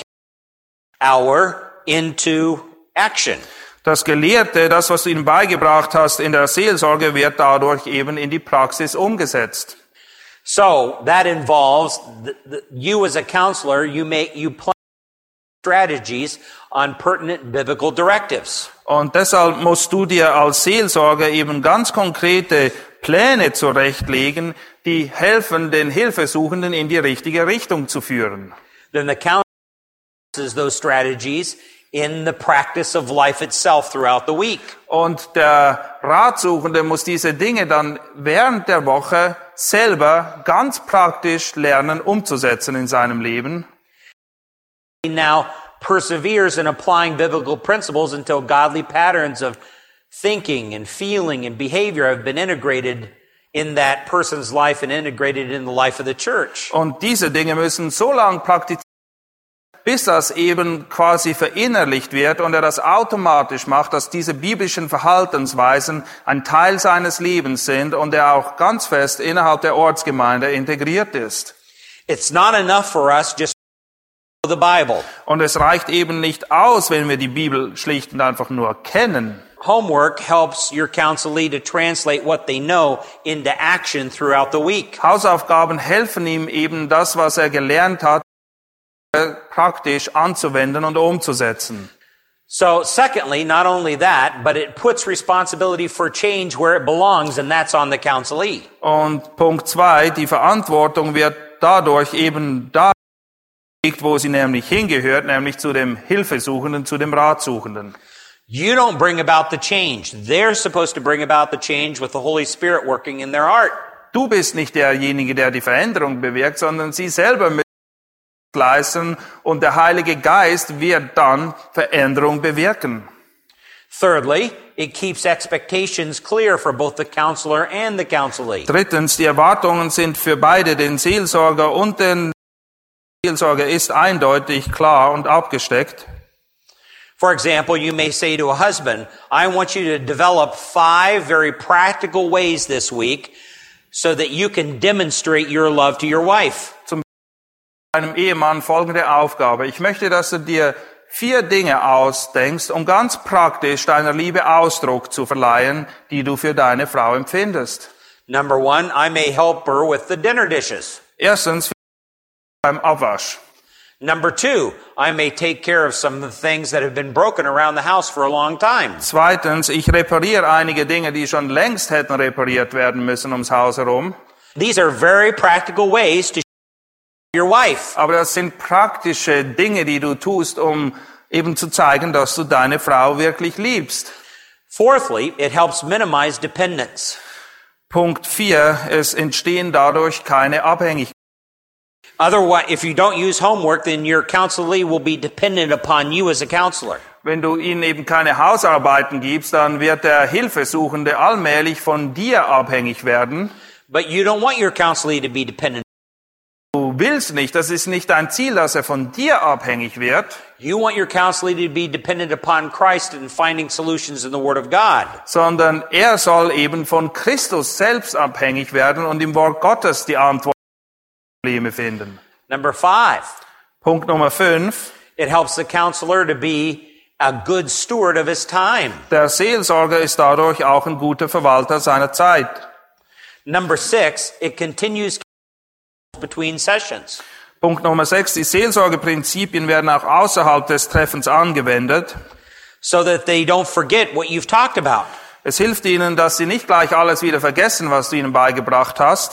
hour into action. Das Gelehrte, das, was du ihnen beigebracht hast in der Seelsorge, wird dadurch eben in die Praxis umgesetzt. So that involves you as a counselor, you plan strategies on pertinent biblical directives. Und deshalb musst du dir als Seelsorger eben ganz konkrete Pläne zurechtlegen, die helfen, den Hilfesuchenden in die richtige Richtung zu führen. Then the counselor uses those strategies in the practice of life itself throughout the week. Und der Ratsuchende muss diese Dinge dann während der Woche selber ganz praktisch lernen umzusetzen in seinem Leben. He now perseveres in applying biblical principles until godly patterns of thinking and feeling and behavior have been integrated in that person's life and integrated in the life of the church. Und diese Dinge müssen so lange praktiziert, bis das eben quasi verinnerlicht wird und er das automatisch macht, dass diese biblischen Verhaltensweisen ein Teil seines Lebens sind und er auch ganz fest innerhalb der Ortsgemeinde integriert ist. It's not enough for us just to know the Bible. Und es reicht eben nicht aus, wenn wir die Bibel schlicht und einfach nur kennen. Homework helps your counselee to translate what they know into action throughout the week. Hausaufgaben helfen ihm eben das, was er gelernt hat, praktisch anzuwenden und umzusetzen. So secondly, not only that, but it puts responsibility for change where it belongs, and that's on the counselee. Und Punkt 2, die Verantwortung wird dadurch eben da liegt, wo sie nämlich hingehört, nämlich zu dem Hilfesuchenden, zu dem Ratsuchenden. You don't bring about the change. They're supposed to bring about the change with the Holy Spirit working in their heart. Du bist nicht derjenige, der die Veränderung bewirkt, sondern sie selber müssen leisten und der Heilige Geist wird dann Veränderung bewirken. Thirdly, it keeps expectations clear for both the counselor and the counselee. Drittens, die Erwartungen sind für beide, den Seelsorger und den Seelsorger, ist eindeutig klar und abgesteckt. For example, you may say to a husband, I want you to develop 5 very practical ways this week so that you can demonstrate your love to your wife. Zum einem Ehemann folgende Aufgabe. Ich möchte, dass du dir 4 Dinge ausdenkst, um ganz praktisch deiner Liebe Ausdruck zu verleihen, die du für deine Frau empfindest. Number 1, I may help her with the dinner dishes. Erstens, beim Abwasch. Number 2, I may take care of some of the things that have been broken around the house for a long time. Zweitens, ich repariere einige Dinge, die schon längst hätten repariert werden müssen ums Haus herum. These are very practical ways to your wife. Aber das sind praktische Dinge, die du tust, um eben zu zeigen, dass du deine Frau wirklich liebst. Fourthly, it helps minimize dependence. Punkt 4, es entstehen dadurch keine Abhängigkeiten. Otherwise, if you don't use homework, then your counselee will be dependent upon you as a counselor. Wenn du ihnen eben keine Hausarbeiten gibst, dann wird der Hilfesuchende allmählich von dir abhängig werden. But you don't want your counselee to be dependent. Du willst nicht, das ist nicht dein Ziel, dass er von dir abhängig wird. You want your counselee to be dependent upon Christ and finding solutions in the Word of God. Sondern er soll eben von Christus selbst abhängig werden und im Wort Gottes die Antwort auf Probleme finden. Number 5. Punkt Nummer 5. It helps the counselor to be a good steward of his time. Der Seelsorger ist dadurch auch ein guter Verwalter seiner Zeit. Number 6. It continues between sessions. Punkt Nummer 6. Die Seelsorgeprinzipien werden auch außerhalb des Treffens angewendet. So that they don't forget what you've talked about. Es hilft ihnen, dass sie nicht gleich alles wieder vergessen, was du ihnen beigebracht hast.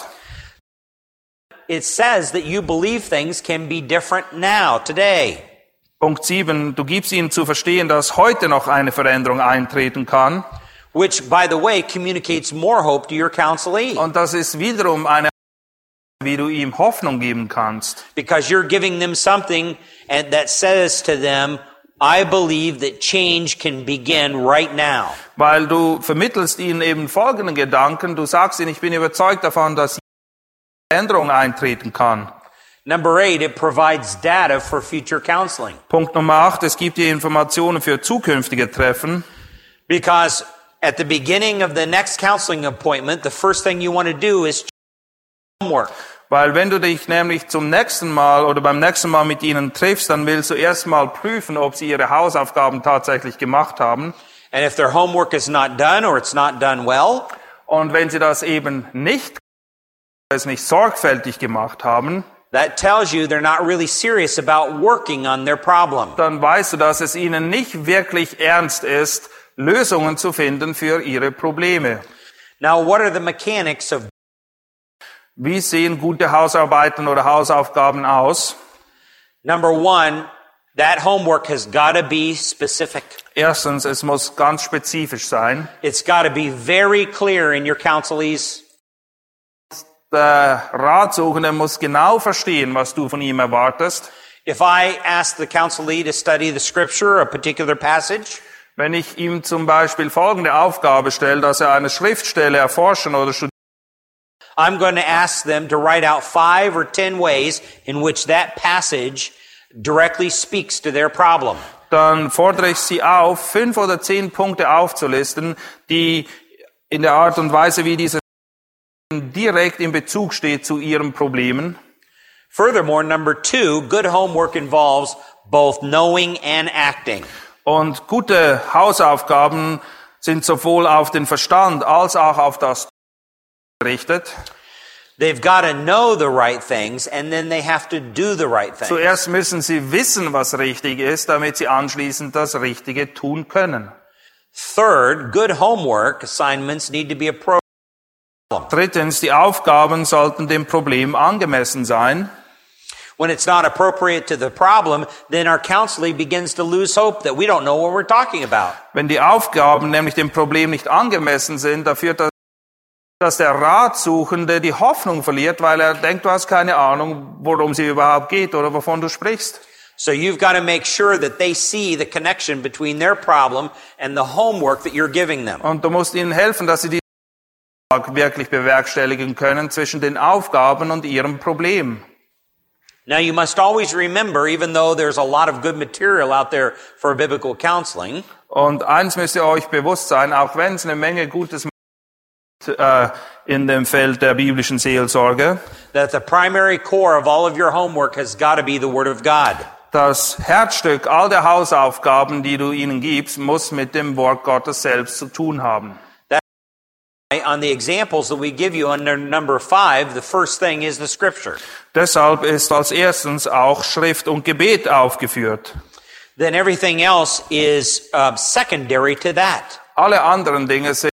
It says that you believe things can be different now, today. Punkt 7. Du gibst ihnen zu verstehen, dass heute noch eine Veränderung eintreten kann. Which, by the way, communicates more hope to your counselee. Und das ist wiederum eine, wie du ihm Hoffnung geben kannst. Because you're giving them something that says to them, I believe that change can begin right now. Weil du vermittelst ihnen eben folgenden Gedanken. Du sagst ihnen, ich bin überzeugt davon, dass Veränderung eintreten kann. Number 8, it provides data for future counseling. Punkt Nummer 8, es gibt dir Informationen für zukünftige Treffen. Because at the beginning of the next counseling appointment, the first thing you want to do is homework. Weil wenn du dich nämlich zum nächsten Mal oder beim nächsten Mal mit ihnen triffst, dann willst du erstmal prüfen, ob sie ihre Hausaufgaben tatsächlich gemacht haben. And if their homework is not done or it's not done well, und wenn sie das eben nicht sorgfältig gemacht haben, that tells you they're not really serious about working on their problem. Dann weißt du, dass es ihnen nicht wirklich ernst ist, Lösungen zu finden für ihre Probleme. Now, what are the mechanics of? Wie sehen gute Hausarbeiten oder Hausaufgaben aus? Number 1, that homework has got to be specific. Erstens, es muss ganz spezifisch sein. It's got to be very clear in your counselee's. Der Ratsuchende muss genau verstehen, was du von ihm erwartest. If I ask the counselee to study the scripture, a particular passage, wenn ich ihm zum Beispiel folgende Aufgabe stelle, dass er eine Schriftstelle erforschen oder studieren, I'm going to ask them to write out 5 or 10 ways in which that passage directly speaks to their problem. Dann fordere ich sie auf, 5 oder 10 Punkte aufzulisten, die in der Art und Weise, wie diese direkt in Bezug steht zu ihren Problemen. Furthermore, number 2, good homework involves both knowing and acting. Und gute Hausaufgaben sind sowohl auf den Verstand als auch auf das gerichtet. They've got to know the right things, and then they have to do the right things. Zuerst müssen sie wissen, was richtig ist, damit sie anschließend das Richtige tun können. Third, good homework assignments need to be appropriate. Drittens, die Aufgaben sollten dem Problem angemessen sein. When it's not appropriate to the problem, then our counseling begins to lose hope that we don't know what we're talking about. Wenn die Aufgaben nämlich dem Problem nicht angemessen sind, da führt das, dass der Ratsuchende die Hoffnung verliert, weil er denkt, du hast keine Ahnung, worum sie überhaupt geht oder wovon du sprichst. So you've got to make sure that they see the connection between their problem and the homework that you're giving them. Und du musst ihnen helfen, dass sie die wirklich bewerkstelligen können zwischen den Aufgaben und ihrem Problem. Now you must always remember, even though there's a lot of good material out there for biblical counseling, Und eins müsst ihr euch bewusst sein, auch wenn es eine Menge Gutes in dem Feld der biblischen Seelsorge, that the primary core of all of your homework has got to be the Word of God. das Herzstück all der Hausaufgaben, die du ihnen gibst, muss mit dem Wort Gottes selbst zu tun haben. On the examples that we give you under number 5, the first thing is the Scripture. Deshalb ist als erstens auch Schrift und Gebet aufgeführt. Then everything else is secondary to that. Alle anderen Dinge sind.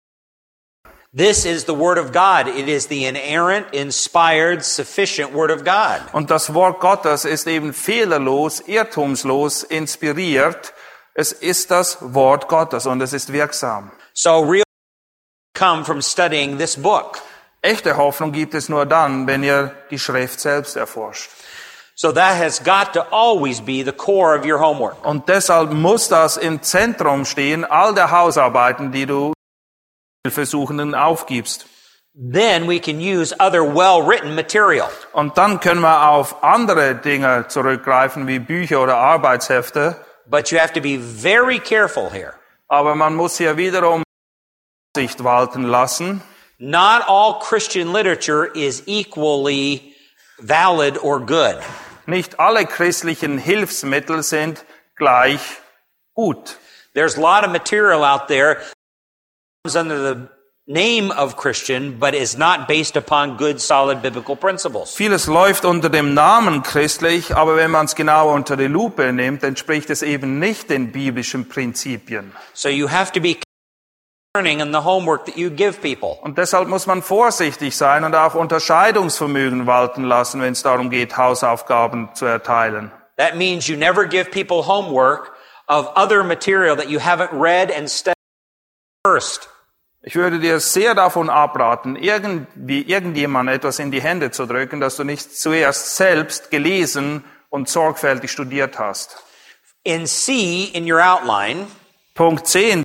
This is the Word of God. It is the inerrant, inspired, sufficient Word of God. Und das Wort Gottes ist eben fehlerlos, irrtumslos, inspiriert. Es ist das Wort Gottes und es ist wirksam. So real come from studying this book. Echte Hoffnung gibt es nur dann, wenn ihr die Schrift selbst erforscht. So that has got to always be the core of your homework. Und deshalb muss das im Zentrum stehen, all der Hausarbeiten, die du Hilfesuchenden aufgibst. Then we can use other well-written material. Und dann können wir auf andere Dinge zurückgreifen, wie Bücher oder Arbeitshefte. But you have to be very careful here. Aber man muss hier wiederum Sicht walten lassen. Not all Christian literature is equally valid or good. Nicht alle christlichen Hilfsmittel sind gleich gut. There's a lot of material out there that comes under the name of Christian, but is not based upon good, solid biblical principles. Vieles läuft unter dem Namen christlich, aber wenn man es genau unter die Lupe nimmt, entspricht es eben nicht den biblischen Prinzipien. So you have to be learning and the homework that you give people. Und deshalb muss man vorsichtig sein und auch Unterscheidungsvermögen walten lassen, wenn es darum geht, Hausaufgaben zu erteilen. That means you never give people homework of other material that you haven't read and studied first. Ich würde dir sehr davon abraten, irgendjemand etwas in die Hände zu drücken, das du nicht zuerst selbst gelesen und sorgfältig studiert hast. In C, in your outline, Punkt 10.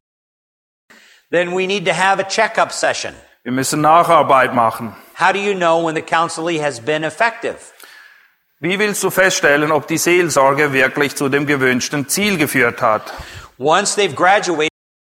then we need to have a checkup session. Wir müssen Nacharbeit machen. How do you know when the counseling has been effective? Wie willst du feststellen, ob die Seelsorge wirklich zu dem gewünschten Ziel geführt hat? Once they've graduated,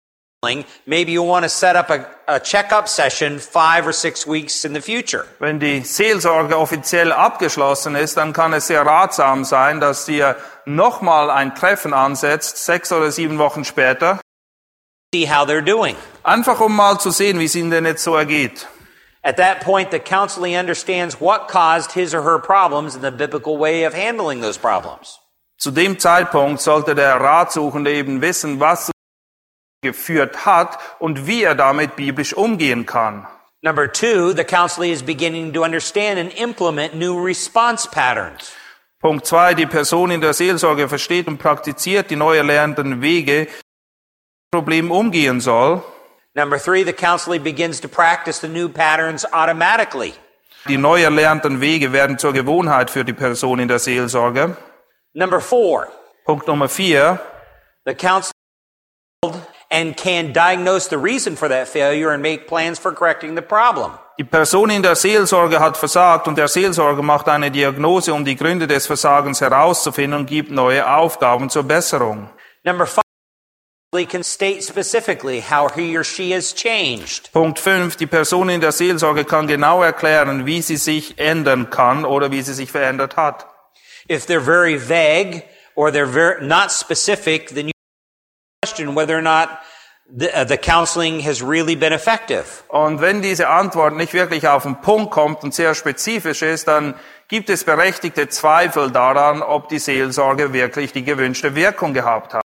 maybe you want to set up a checkup session 5 or 6 weeks in the future. Wenn die Seelsorge offiziell abgeschlossen ist, dann kann es sehr ratsam sein, dass ihr nochmal ein Treffen ansetzt, 6 oder 7 Wochen später. See how they're doing. Einfach um mal zu sehen, wie es ihnen denn jetzt so ergeht. At that point, the counselee understands what caused his or her problems and the biblical way of handling those problems. Zu dem Zeitpunkt sollte der Ratsuchende eben wissen, was geführt hat und wie er damit biblisch umgehen kann. Number 2, the counselee is beginning to understand and implement new response patterns. Punkt 2, die Person in der Seelsorge versteht und praktiziert die neu erlernten Wege, Problem umgehen soll. Number 3, the counselee begins to practice the new patterns automatically. Die neu erlernten Wege werden zur Gewohnheit für die Person in der Seelsorge. Number 4, Punkt Nummer 4. the counselor and can diagnose the reason for that failure and make plans for correcting the problem. Die Person in der Seelsorge hat versagt und der Seelsorger macht eine Diagnose, um die Gründe des Versagens herauszufinden und gibt neue Aufgaben zur Besserung. Number 5, can state specifically how he or she has changed. Punkt 5. Die Person in der Seelsorge kann genau erklären, wie sie sich ändern kann oder wie sie sich verändert hat. If they're very vague or they're very not specific, then you question whether or not the counseling has really been effective. Und wenn diese Antwort nicht wirklich auf den Punkt kommt und sehr spezifisch ist, dann gibt es berechtigte Zweifel daran, ob die Seelsorge wirklich die gewünschte Wirkung gehabt hat.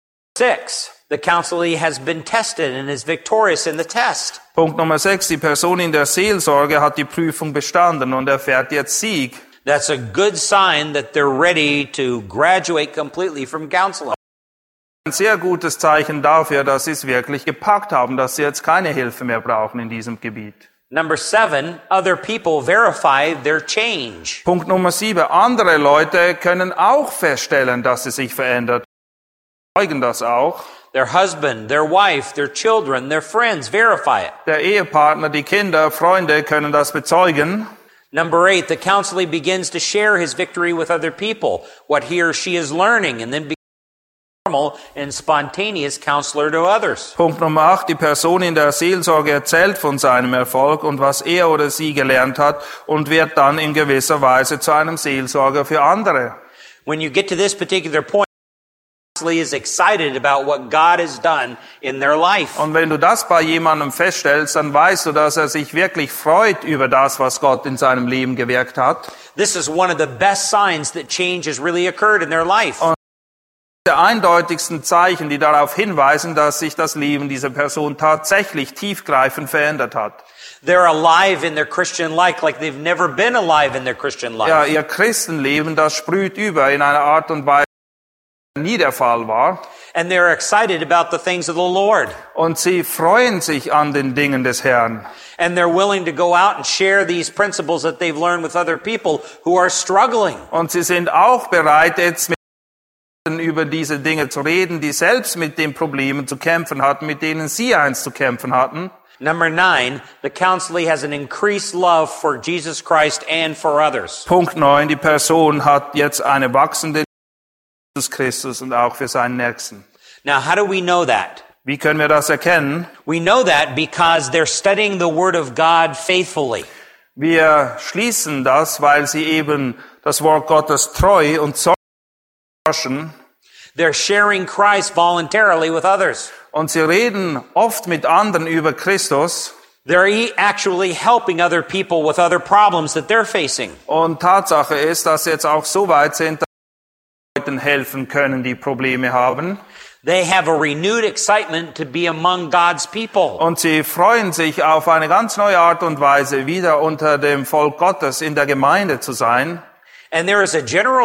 6, the counselee has been tested and is victorious in the test. Punkt Nummer 6. Die Person in der Seelsorge hat die Prüfung bestanden und erfährt jetzt Sieg. That's a good sign that they're ready to graduate completely from counseling. Ein sehr gutes Zeichen dafür, dass sie es wirklich gepackt haben, dass sie jetzt keine Hilfe mehr brauchen in diesem Gebiet. Number 7, other people verify their change. Punkt Nummer 7. Andere Leute können auch feststellen, dass sie sich verändert. Sie zeugen das auch. Their husband, their wife, their children, their friends verify it. Der Ehepartner, die Kinder, Freunde können das bezeugen. Number 8, the counselee begins to share his victory with other people, what he or she is learning, and then becomes a normal and spontaneous counselor to others. Punkt Nummer 8. Die Person in der Seelsorge erzählt von seinem Erfolg und was er oder sie gelernt hat und wird dann in gewisser Weise zu einem Seelsorger für andere. When you get to this particular point, the counselee is excited about what God has done in their life. Und wenn du das bei jemandem feststellst, dann weißt du, dass er sich wirklich freut über das, was Gott in seinem Leben gewirkt hat. This is one of the best signs that change has really occurred in their life. Und der eindeutigsten Zeichen, die darauf hinweisen, dass sich das Leben dieser Person tatsächlich tiefgreifend verändert hat. They're alive in their Christian life like they've never been alive in their Christian life. Ja, ihr Christenleben, das sprüht über in einer Art und Weise, die nie der Fall war. And they're excited about the things of the Lord. Und sie freuen sich an den Dingen des Herrn. And they're willing to go out and share these principles that they've learned with other people who are struggling. Und sie sind auch bereit, jetzt mit über diese Dinge zu reden, die selbst mit den Problemen zu kämpfen hatten, mit denen sie einst zu kämpfen hatten. Number 9, the counselee has an increased love for Jesus Christ and for others. Punkt 9, die Person hat jetzt eine wachsende Liebe für Jesus Christus und auch für seinen Nächsten. Now, how do we know that? Wie können wir das erkennen? We know that because they're studying the Word of God faithfully. Wir schließen das, weil sie eben das Wort Gottes treu und sorgfältig forschen. They're sharing Christ voluntarily with others. Und sie reden oft mit anderen über Christus. They're actually helping other people with other problems that they're facing. Und Tatsache ist, dass sie jetzt auch so weit sind, dass sie Leuten helfen können, die Probleme haben. They have a renewed excitement to be among God's people. Und sie freuen sich auf eine ganz neue Art und Weise, wieder unter dem Volk Gottes in der Gemeinde zu sein. And there is a general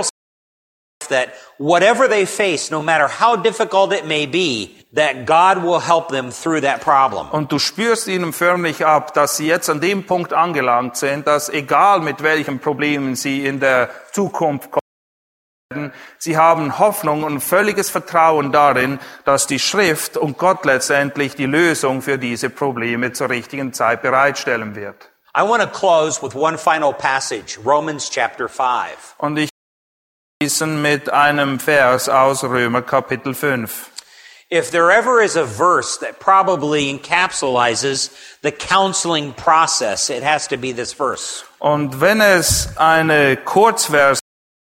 that whatever they face, no matter how difficult it may be, that God will help them through that problem. Und du spürst ihnen förmlich ab, dass sie jetzt an dem Punkt angelangt sind, dass egal mit welchen Problemen sie in der Zukunft kommen werden, sie haben Hoffnung und völliges Vertrauen darin, dass die Schrift und Gott letztendlich die Lösung für diese Probleme zur richtigen Zeit bereitstellen wird. I want to close with one final passage, Romans chapter 5. Und ich schließen mit einem Vers aus Römer Kapitel 5. If there ever is a verse that probably encapsulates the counseling process, it has to be this verse. Und wenn es eine Kurzvers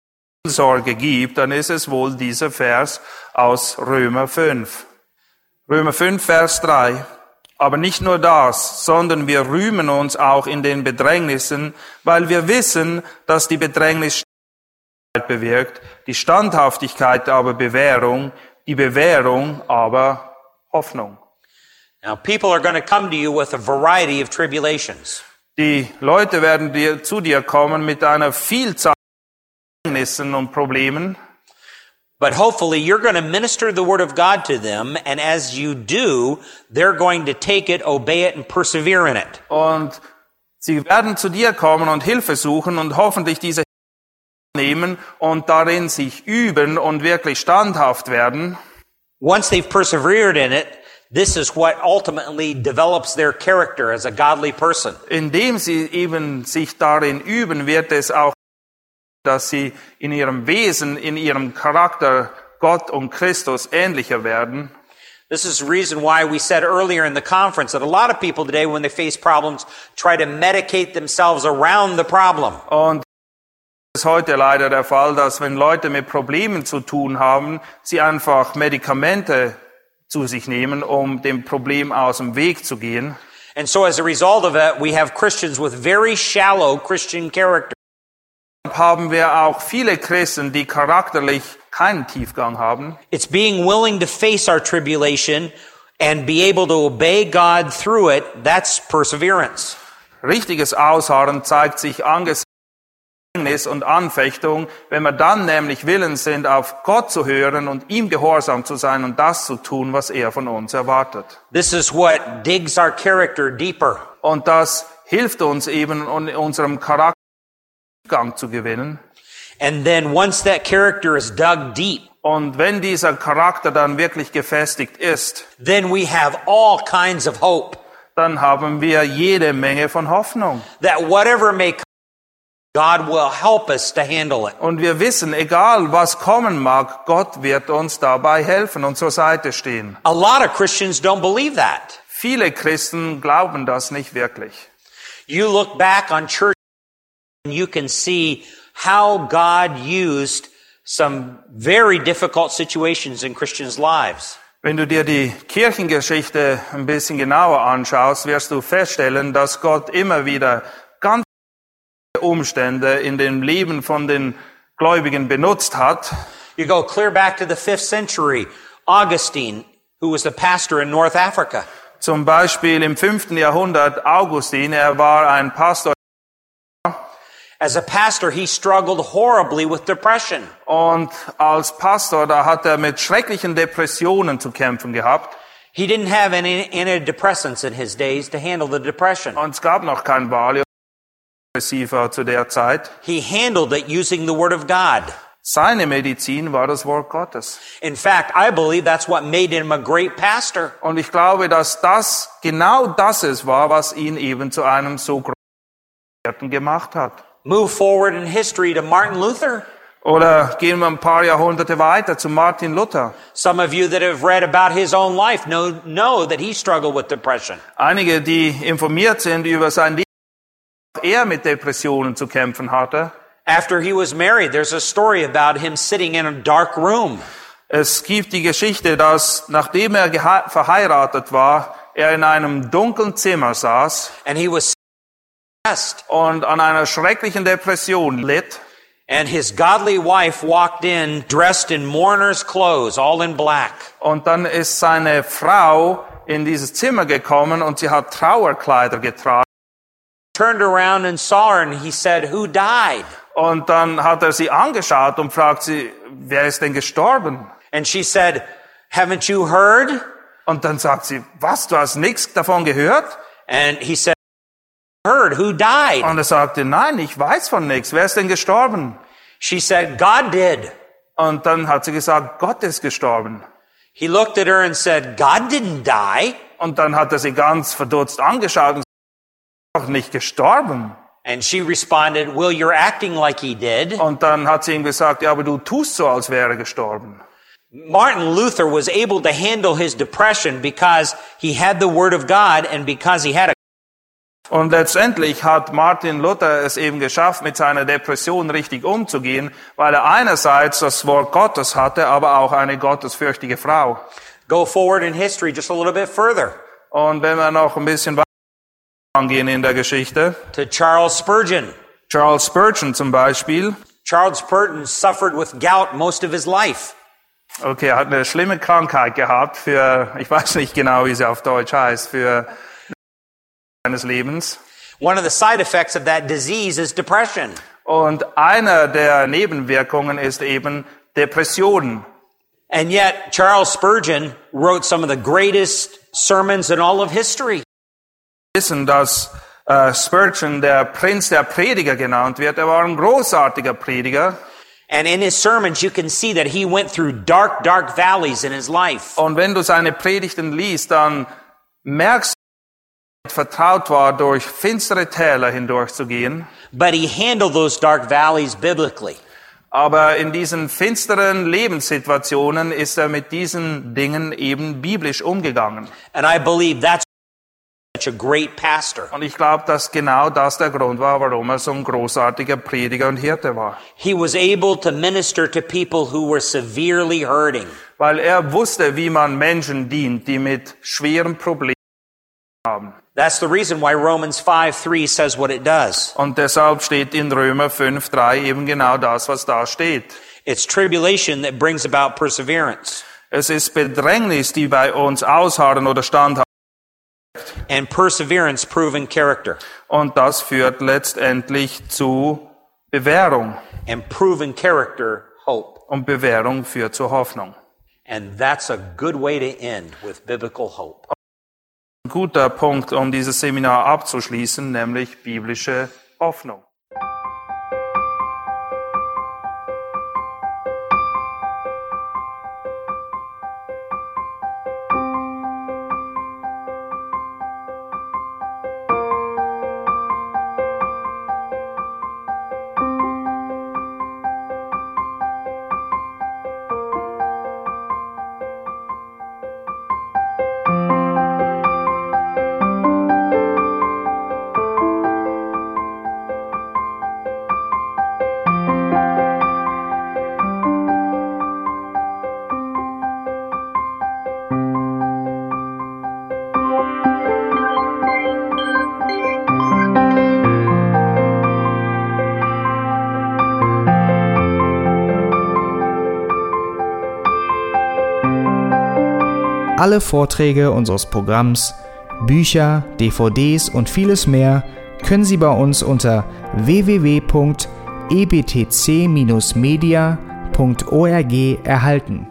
Sorge gibt, dann ist es wohl dieser Vers aus Römer 5. Römer 5, Vers 3. Aber nicht nur das, sondern wir rühmen uns auch in den Bedrängnissen, weil wir wissen, dass die Bedrängnis bewirkt, die Standhaftigkeit aber Bewährung, die Bewährung aber Hoffnung. Now, people are going to come to you with a variety of tribulations. Die Leute werden zu dir kommen mit einer Vielzahl von Bedrängnissen und Problemen. But hopefully you're going to minister the Word of God to them, and as you do, they're going to take it, obey it, and persevere in it. Und sie werden zu dir kommen und Hilfe suchen und hoffentlich diese nehmen und darin sich üben und wirklich standhaft werden. Once they've persevered in it, This is what ultimately develops their character as a godly person. Indem sie eben sich darin üben, wird es auch, dass sie in ihrem Wesen, in ihrem Charakter Gott und Christus ähnlicher werden. This is the reason why we said earlier in the conference that a lot of people today, when they face problems, try to medicate themselves around the problem. Und es ist heute leider der Fall, dass wenn Leute mit Problemen zu tun haben, sie einfach Medikamente zu sich nehmen, um dem Problem aus dem Weg zu gehen. And so as a result of it, we have Christians with very shallow Christian character. Haben wir auch viele Christen, die charakterlich keinen Tiefgang haben. It's being willing to face our tribulation and be able to obey God through it. That's perseverance. Richtiges Ausharren zeigt sich angesichts Gefängnis und Anfechtung, wenn wir dann nämlich willens sind, auf Gott zu hören und ihm gehorsam zu sein und das zu tun, was er von uns erwartet. This is what digs our character deeper. Und das hilft uns eben, in unserem Charakter Tiefgang zu gewinnen. And then once that character is dug deep, Und wenn dieser Charakter dann wirklich gefestigt ist, then we have all kinds of hope dann haben wir jede Menge von Hoffnung. that whatever may come, God will help us to handle it. Und wir wissen, egal was kommen mag, Gott wird uns dabei helfen und zur Seite stehen. A lot of Christians don't believe that. Viele Christen glauben das nicht wirklich. You look back on church and you can see how God used some very difficult situations in Christians' lives. Wenn du dir die Kirchengeschichte ein bisschen genauer anschaust, wirst du feststellen, dass Gott immer wieder ganz viele Umstände in dem Leben von den Gläubigen benutzt hat. You go clear back to the 5th century. Augustine, who was the pastor in North Africa. Zum Beispiel im 5. Jahrhundert Augustin, er war ein Pastor. As a pastor, he struggled horribly with depression. Und als Pastor, da hat er mit schrecklichen Depressionen zu kämpfen gehabt. He didn't have any antidepressants in his days to handle the depression. Und es gab noch kein Valium zu der Zeit. He handled it using the Word of God. Seine Medizin war das Wort Gottes. In fact, I believe that's what made him a great pastor. Und ich glaube, dass das genau das es war, was ihn eben zu einem so großen gemacht hat. Move forward in history to Martin Luther. Oder gehen wir ein paar Jahrhunderte weiter zu Martin Luther. Some of you that have read about his own life know that he struggled with depression. Einige, die informiert sind über sein Leben, er mit Depressionen zu kämpfen hatte. After he was married, there's a story about him sitting in a dark room. Es gibt die Geschichte, dass nachdem er verheiratet war, er in einem dunklen Zimmer saß And he was depressed. und an einer schrecklichen Depression litt. And his godly wife walked in dressed in mourner's clothes, all in black. Und dann ist seine Frau in dieses Zimmer gekommen und sie hat Trauerkleider getragen. Turned around and saw her and he said, "Who died?" Und dann hat er sie angeschaut und fragt sie, wer ist denn gestorben? And she said, "Haven't you heard?" Und dann sagt sie, was, du hast nichts davon gehört? And he said, "Heard, who died?" Und er sagte, nein, ich weiß von nichts. Wer ist denn gestorben? She said, "God did." Und dann hat sie gesagt, Gott ist gestorben. He looked at her and said, "God didn't die." Und dann hat er sie ganz verdutzt angeschaut und gesagt, er ist doch nicht gestorben. And she responded, "Well, you're acting like he did." Und dann hat sie ihm gesagt, ja, aber du tust so, als wäre er gestorben. Martin Luther was able to handle his depression because he had the Word of God and because he had a Und letztendlich hat Martin Luther es eben geschafft, mit seiner Depression richtig umzugehen, weil er einerseits das Wort Gottes hatte, aber auch eine gottesfürchtige Frau. Go forward in history just a little bit further Und wenn wir noch ein bisschen weiter angehen in der Geschichte, to Charles Spurgeon. Charles Spurgeon zum Beispiel, Charles Spurgeon suffered with gout most of his life. okay, er hat eine schlimme Krankheit gehabt für, ich weiß nicht genau, wie sie auf Deutsch heißt, für seines Lebens. One of the side effects of that disease is depression. Und einer der Nebenwirkungen ist eben Depressionen. And yet, Charles Spurgeon wrote some of the greatest sermons in all of history. Wir wissen, dass Spurgeon der Prinz der Prediger genannt wird. Er war ein großartiger Prediger. And in his sermons, you can see that he went through dark, dark valleys in his life. Und wenn du seine Predigten liest, dann merkst du, dass er vertraut war, durch finstere Täler hindurchzugehen. But he handled those dark valleys biblically. Aber in diesen finsteren Lebenssituationen ist er mit diesen Dingen eben biblisch umgegangen. And I believe that's such a great pastor. Und ich glaube, dass genau das der Grund war, warum er so ein großartiger Prediger und Hirte war. He was able to minister to people who were severely hurting. Weil er wusste, wie man Menschen dient, die mit schweren Problemen haben. That's the reason why Romans 5:3 says what it does. Und deshalb steht in Römer 5,3 eben genau das, was da steht. It's tribulation that brings about perseverance. Es ist Bedrängnis, die bei uns ausharren oder standhalten. And perseverance proven character. Und das führt letztendlich zu Bewährung. And proven character, hope. Und Bewährung führt zur Hoffnung. And that's a good way to end with biblical hope. Ein guter Punkt, um dieses Seminar abzuschließen, nämlich biblische Hoffnung. Alle Vorträge unseres Programms, Bücher, DVDs und vieles mehr können Sie bei uns unter www.ebtc-media.org erhalten.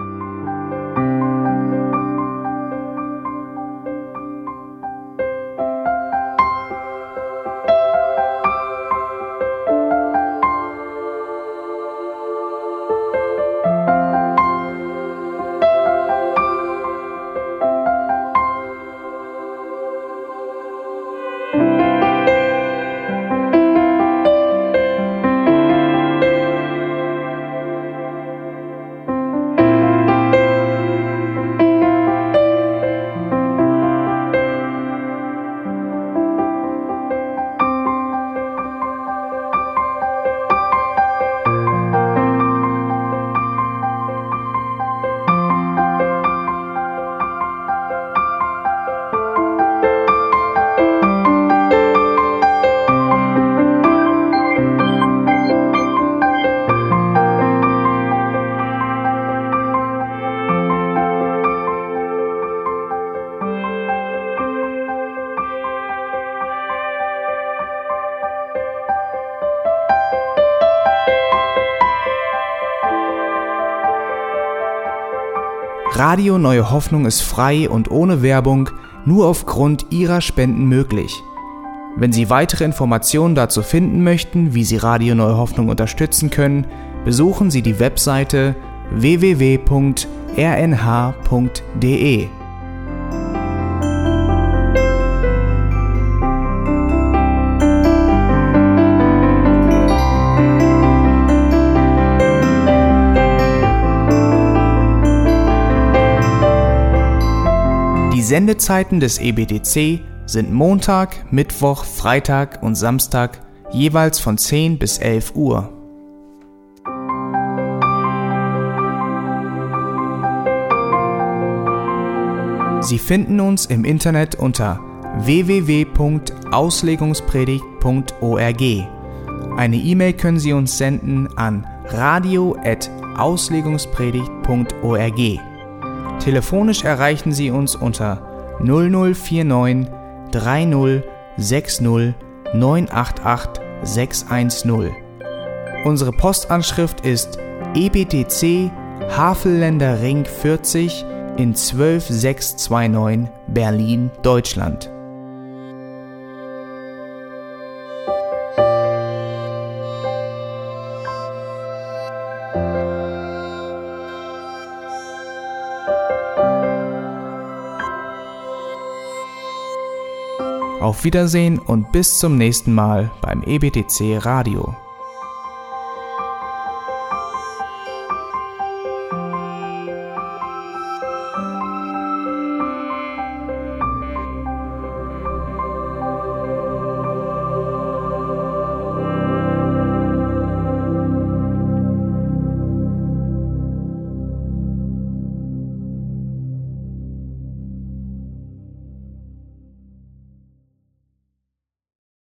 Radio Neue Hoffnung ist frei und ohne Werbung nur aufgrund Ihrer Spenden möglich. Wenn Sie weitere Informationen dazu finden möchten, wie Sie Radio Neue Hoffnung unterstützen können, besuchen Sie die Webseite www.rnh.de. Die Sendezeiten des EBTC sind Montag, Mittwoch, Freitag und Samstag jeweils von 10 bis 11 Uhr. Sie finden uns im Internet unter www.auslegungspredigt.org. Eine E-Mail können Sie uns senden an radio@auslegungspredigt.org. Telefonisch erreichen Sie uns unter 0049 30 60 988 610. Unsere Postanschrift ist EBTC Havelländer Ring 40 in 12629 Berlin, Deutschland. Auf Wiedersehen und bis zum nächsten Mal beim EBTC Radio.